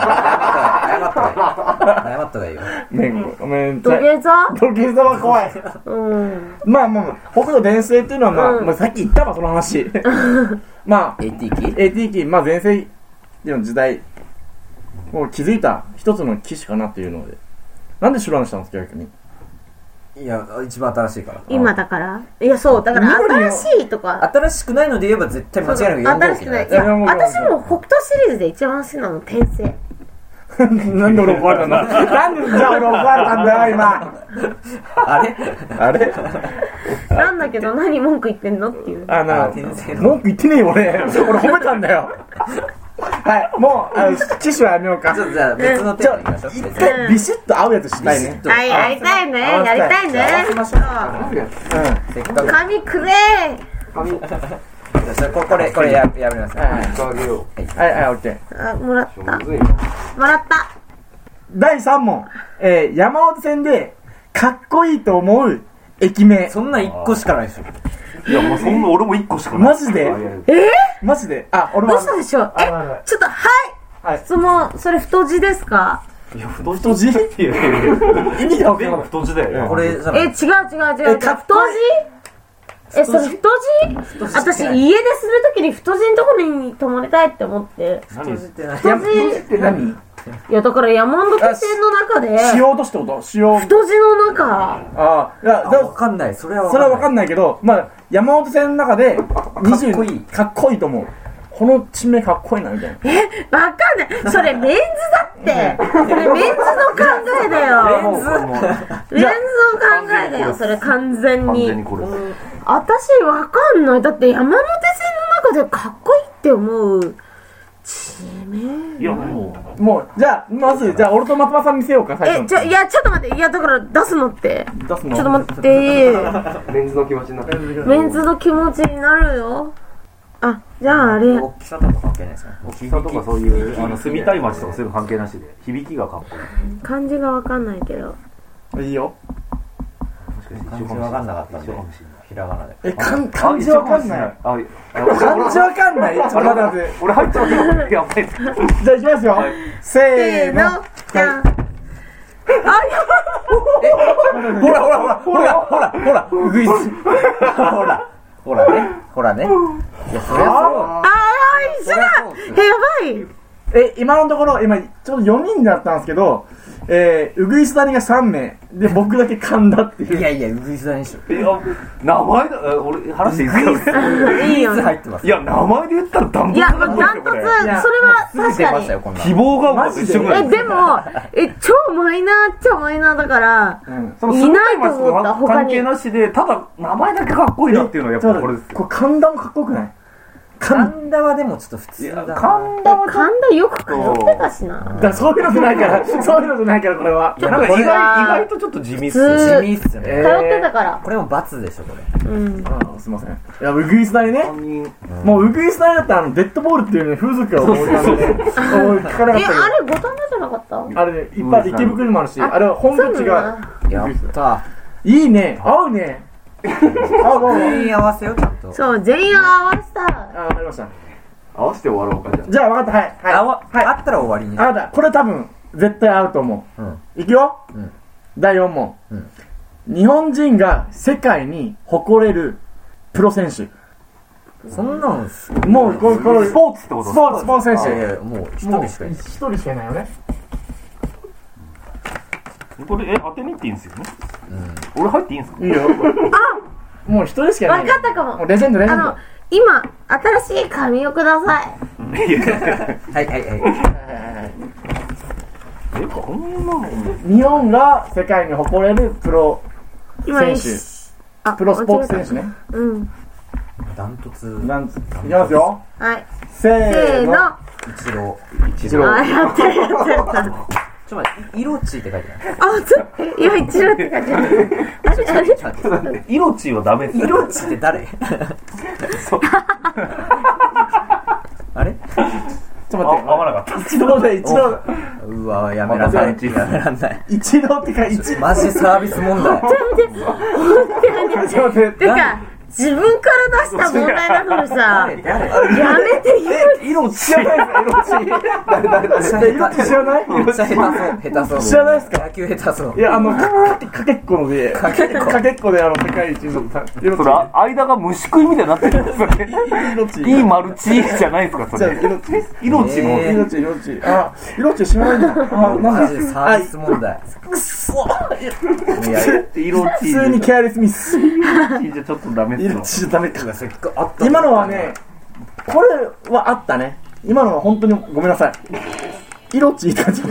った方がいいよ。 ごめん。 土下座？ 土下座は怖い。まあ北斗転生っていうのはまあさっき言ったわその話。まあ AT 機まあ前世の時代もう気づいた一つの機種かなっていうので、なんで白にしたんですか逆に？ いや一番新しいから。 今だから？いやそうだから新しいとか新しくないので言えば絶対間違いなく4号機。 新しくない。いや私も北斗シリーズで一番好きなの転生。 なんで俺怒られたんだ。なんでじゃあ俺怒られたんだよ今。あれなんだけど何文句言ってんのっていう。 文句言ってねえよ俺褒めたんだよ。はい、もう機種はやめようか。 ちょっとじゃあ別のテーマいきましょう。 一回ビシッと合うやつしたいね。 やりたいね。やりたいね。 合わせましょう。 紙くれー。これやめなさい。 はい、オッケー。 もらった。 第3問。山手線でかっこいいと思う駅名。 そんな1個しかないでしょ。 いやもうそんな俺も1個しかない。 マジで？マジで？俺も。 どうしたでしょう？ちょっとはい。質問、それ太字ですか？ いや太字？意味が分からない。太字だよ。 これじゃない。 違う。太字？それ太字？私家でするときに太字のところに泊まりたいって思って。 太字って何？ いやだから山手線の中でしようとしてこと？太字の中。 いや分かんない。それは分かんないけど、まあ山手線の中で20かっこいいと思う。この地名かっこいいなみたいな。 分かんない。それメンズだって。それメンズの考えだよ。メンズの考えだよ。それ完全に。私分かんない。だって山手線の中でかっこいいって思う地名。 いやもうじゃあまず俺と松葉さん見せようか最初。 いやちょっと待って。いやだから出すのってちょっと待って。 メンズの気持ちになる。 メンズの気持ちになるよ。じゃああれ大きさとか関係ないですか？ 大きさとかそういう住みたい街とかそういうの関係なしで響きがかっこいい。 漢字が分かんないけどいいよ。 漢字分かんなかったんでひらがなで。 漢字分かんない。漢字分かんない。ちょっと待って。 俺入っちゃうけどやばい。じゃあいきますよ。せーの。 うぐいす。ほらね。いやそれはそう。一緒だ。やばい。 今のところ今ちょっと4人だったんですけど、うぐいす谷が3名で僕だけ噛んだっていう。 いやうぐいす谷でしょ。 名前だ。俺話していいですか？ いいよ。 入ってます。 いや名前で言ったらダントツ。 いやダントツ。それは確かに。 希望がマジで。 でも超マイナーだから、いないと思った他に。 関係なしでただ名前だけかっこいいなっていうのはやっぱこれですよ。 これ神田もかっこよくない？ 神田はでもちょっと普通だな。 神田よく通ってたしな。 だからそういうのじゃないからこれは。 なんか意外とちょっと地味っすよ。 通ってたから。 これも罰でしょこれ。 すいません。いやうぐいす谷ね。もううぐいす谷だったらデッドボールっていう風俗が思い浮かんで聞かなかったけど。 あれ五反田じゃなかった？ あれねいっぱい池袋にもあるし、あれは本土地が。 やった。 いいね。合うね。 全員合わせよちゃんと。 そう全員合わせた。 わかりました。 合わせて終わろうかじゃあ分かった。はいあったら終わりに。 これ多分絶対合うと思う。いくよ。第4問。日本人が世界に誇れるプロ選手。 そんなんもうこれスポーツってこと？ スポーツ選手。 もう一人しかいない。 一人しかいないよね。 これ当てに行っていいんですよね。俺入っていいんですか？ いいよ。もう一人しかいない。 分かったかも。 レジェンド。 今新しい紙をください。 こんなの日本が世界に誇れるプロ選手。プロスポーツ選手ね。 ダントツ。 いきますよ。せーの。 一郎。 やったちょっと待って、色地って書いてある。 今一郎って書いてある。 色地はダメです。 色地って誰？ あれちょっと待って。 合わなかった。 一度で、一度。 うわやめらんない。やめらんない。 一度ってか、一度。 マジサービス問題。 ちょっと待って。てか、自分から出した問題なのにさ、やめて色知らないですか？色知らない？ めっちゃ下手そう。 知らないですか？ 野球下手そう。 いや、かけっこので、かけっこで世界一の色。それ、間が虫食いみたいになってるんですよね。いいマルチじゃないですか、それ。色地の。色地知らないんだ。 マジでサービス問題。 くそ色地。 普通にケアレスミス。 色地じゃちょっとダメっす。 色地じゃダメか。今のはね、これはあったね。今のは本当にごめんなさい。色地って感じだった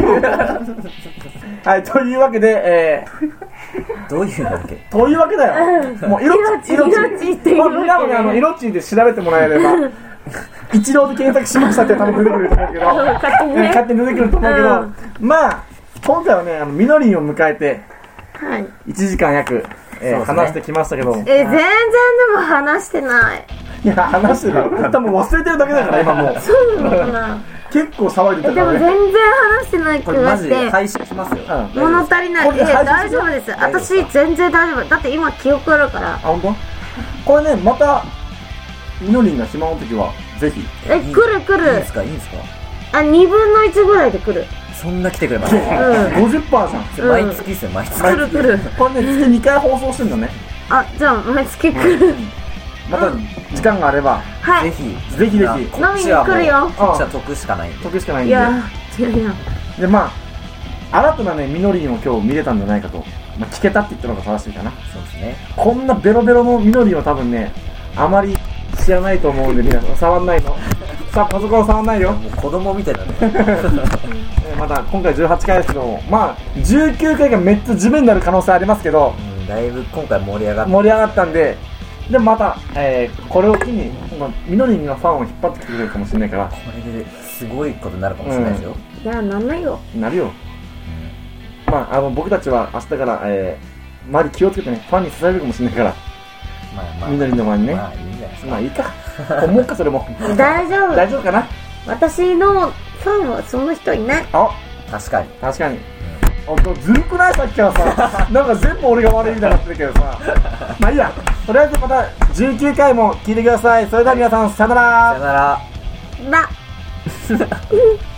。はい、というわけで、 どういうわけ？ というわけだよ。もう色地っていうわけ。 みんなもね、色地で調べてもらえれば、一郎で検索しましたって多分出てくると思うけど、勝手に出てくると思うけど、まあ、今回はね、みのりんを迎えて、1時間約、話してきましたけど。 全然でも話してない。 いや、話してる。多分忘れてるだけだから、今もう。 そうなのかな。 結構騒いでたからね。 でも全然話してない気がして。 マジで配信しますよ。 物足りない。大丈夫です。私全然大丈夫。だって今記憶あるから。 本当？これね、また、みのりんが暇の時は、ぜひ。 来る。 いいですか？ 2分の1ぐらいで来る。 そんな来てくれます。 50%じゃん。 毎月ですよ、毎月。 来る。 これね、月2回放送してんだね。 じゃあ毎月来る。 また時間があれば、 ぜひ飲みに来るよ。 こっちは得しかないんで。 得しかないんで。 いや、違うよ。 で、まあ、新たなね、みのりんを今日見れたんじゃないかと。まあ、聞けたって言ったのが正しいかな。 そうですね。 こんなベロベロのみのりんは多分ね、あまり知らないと思うんで、皆さん、触んないの。さあ、パソコン触んないよ。 もう子供みたいだね。 また、今回18回ですけども、まあ、19回がめっちゃ地面になる可能性ありますけど、 だいぶ今回盛り上がったんで、でもまた、これを機に、みのりんのファンを引っ張ってきてくれるかもしれないから。 これですごいことになるかもしれないですよ。 いや、なんないよ。 なるよ。まあ、僕たちは明日から、周り気をつけてね、ファンに支えるかもしれないから。みのりんの前にね。 まあ、いいんじゃないですか。 まあ、いいか。思うか、それも。 大丈夫。 大丈夫かな。 私のファンはその人いない。 確かに。 ずるくない？さっきからさ、なんか全部俺が悪いみたいになってるけどさ。まあいいや。とりあえずまた19回も聞いてください。それでは皆さん、さよなら。 さよなら。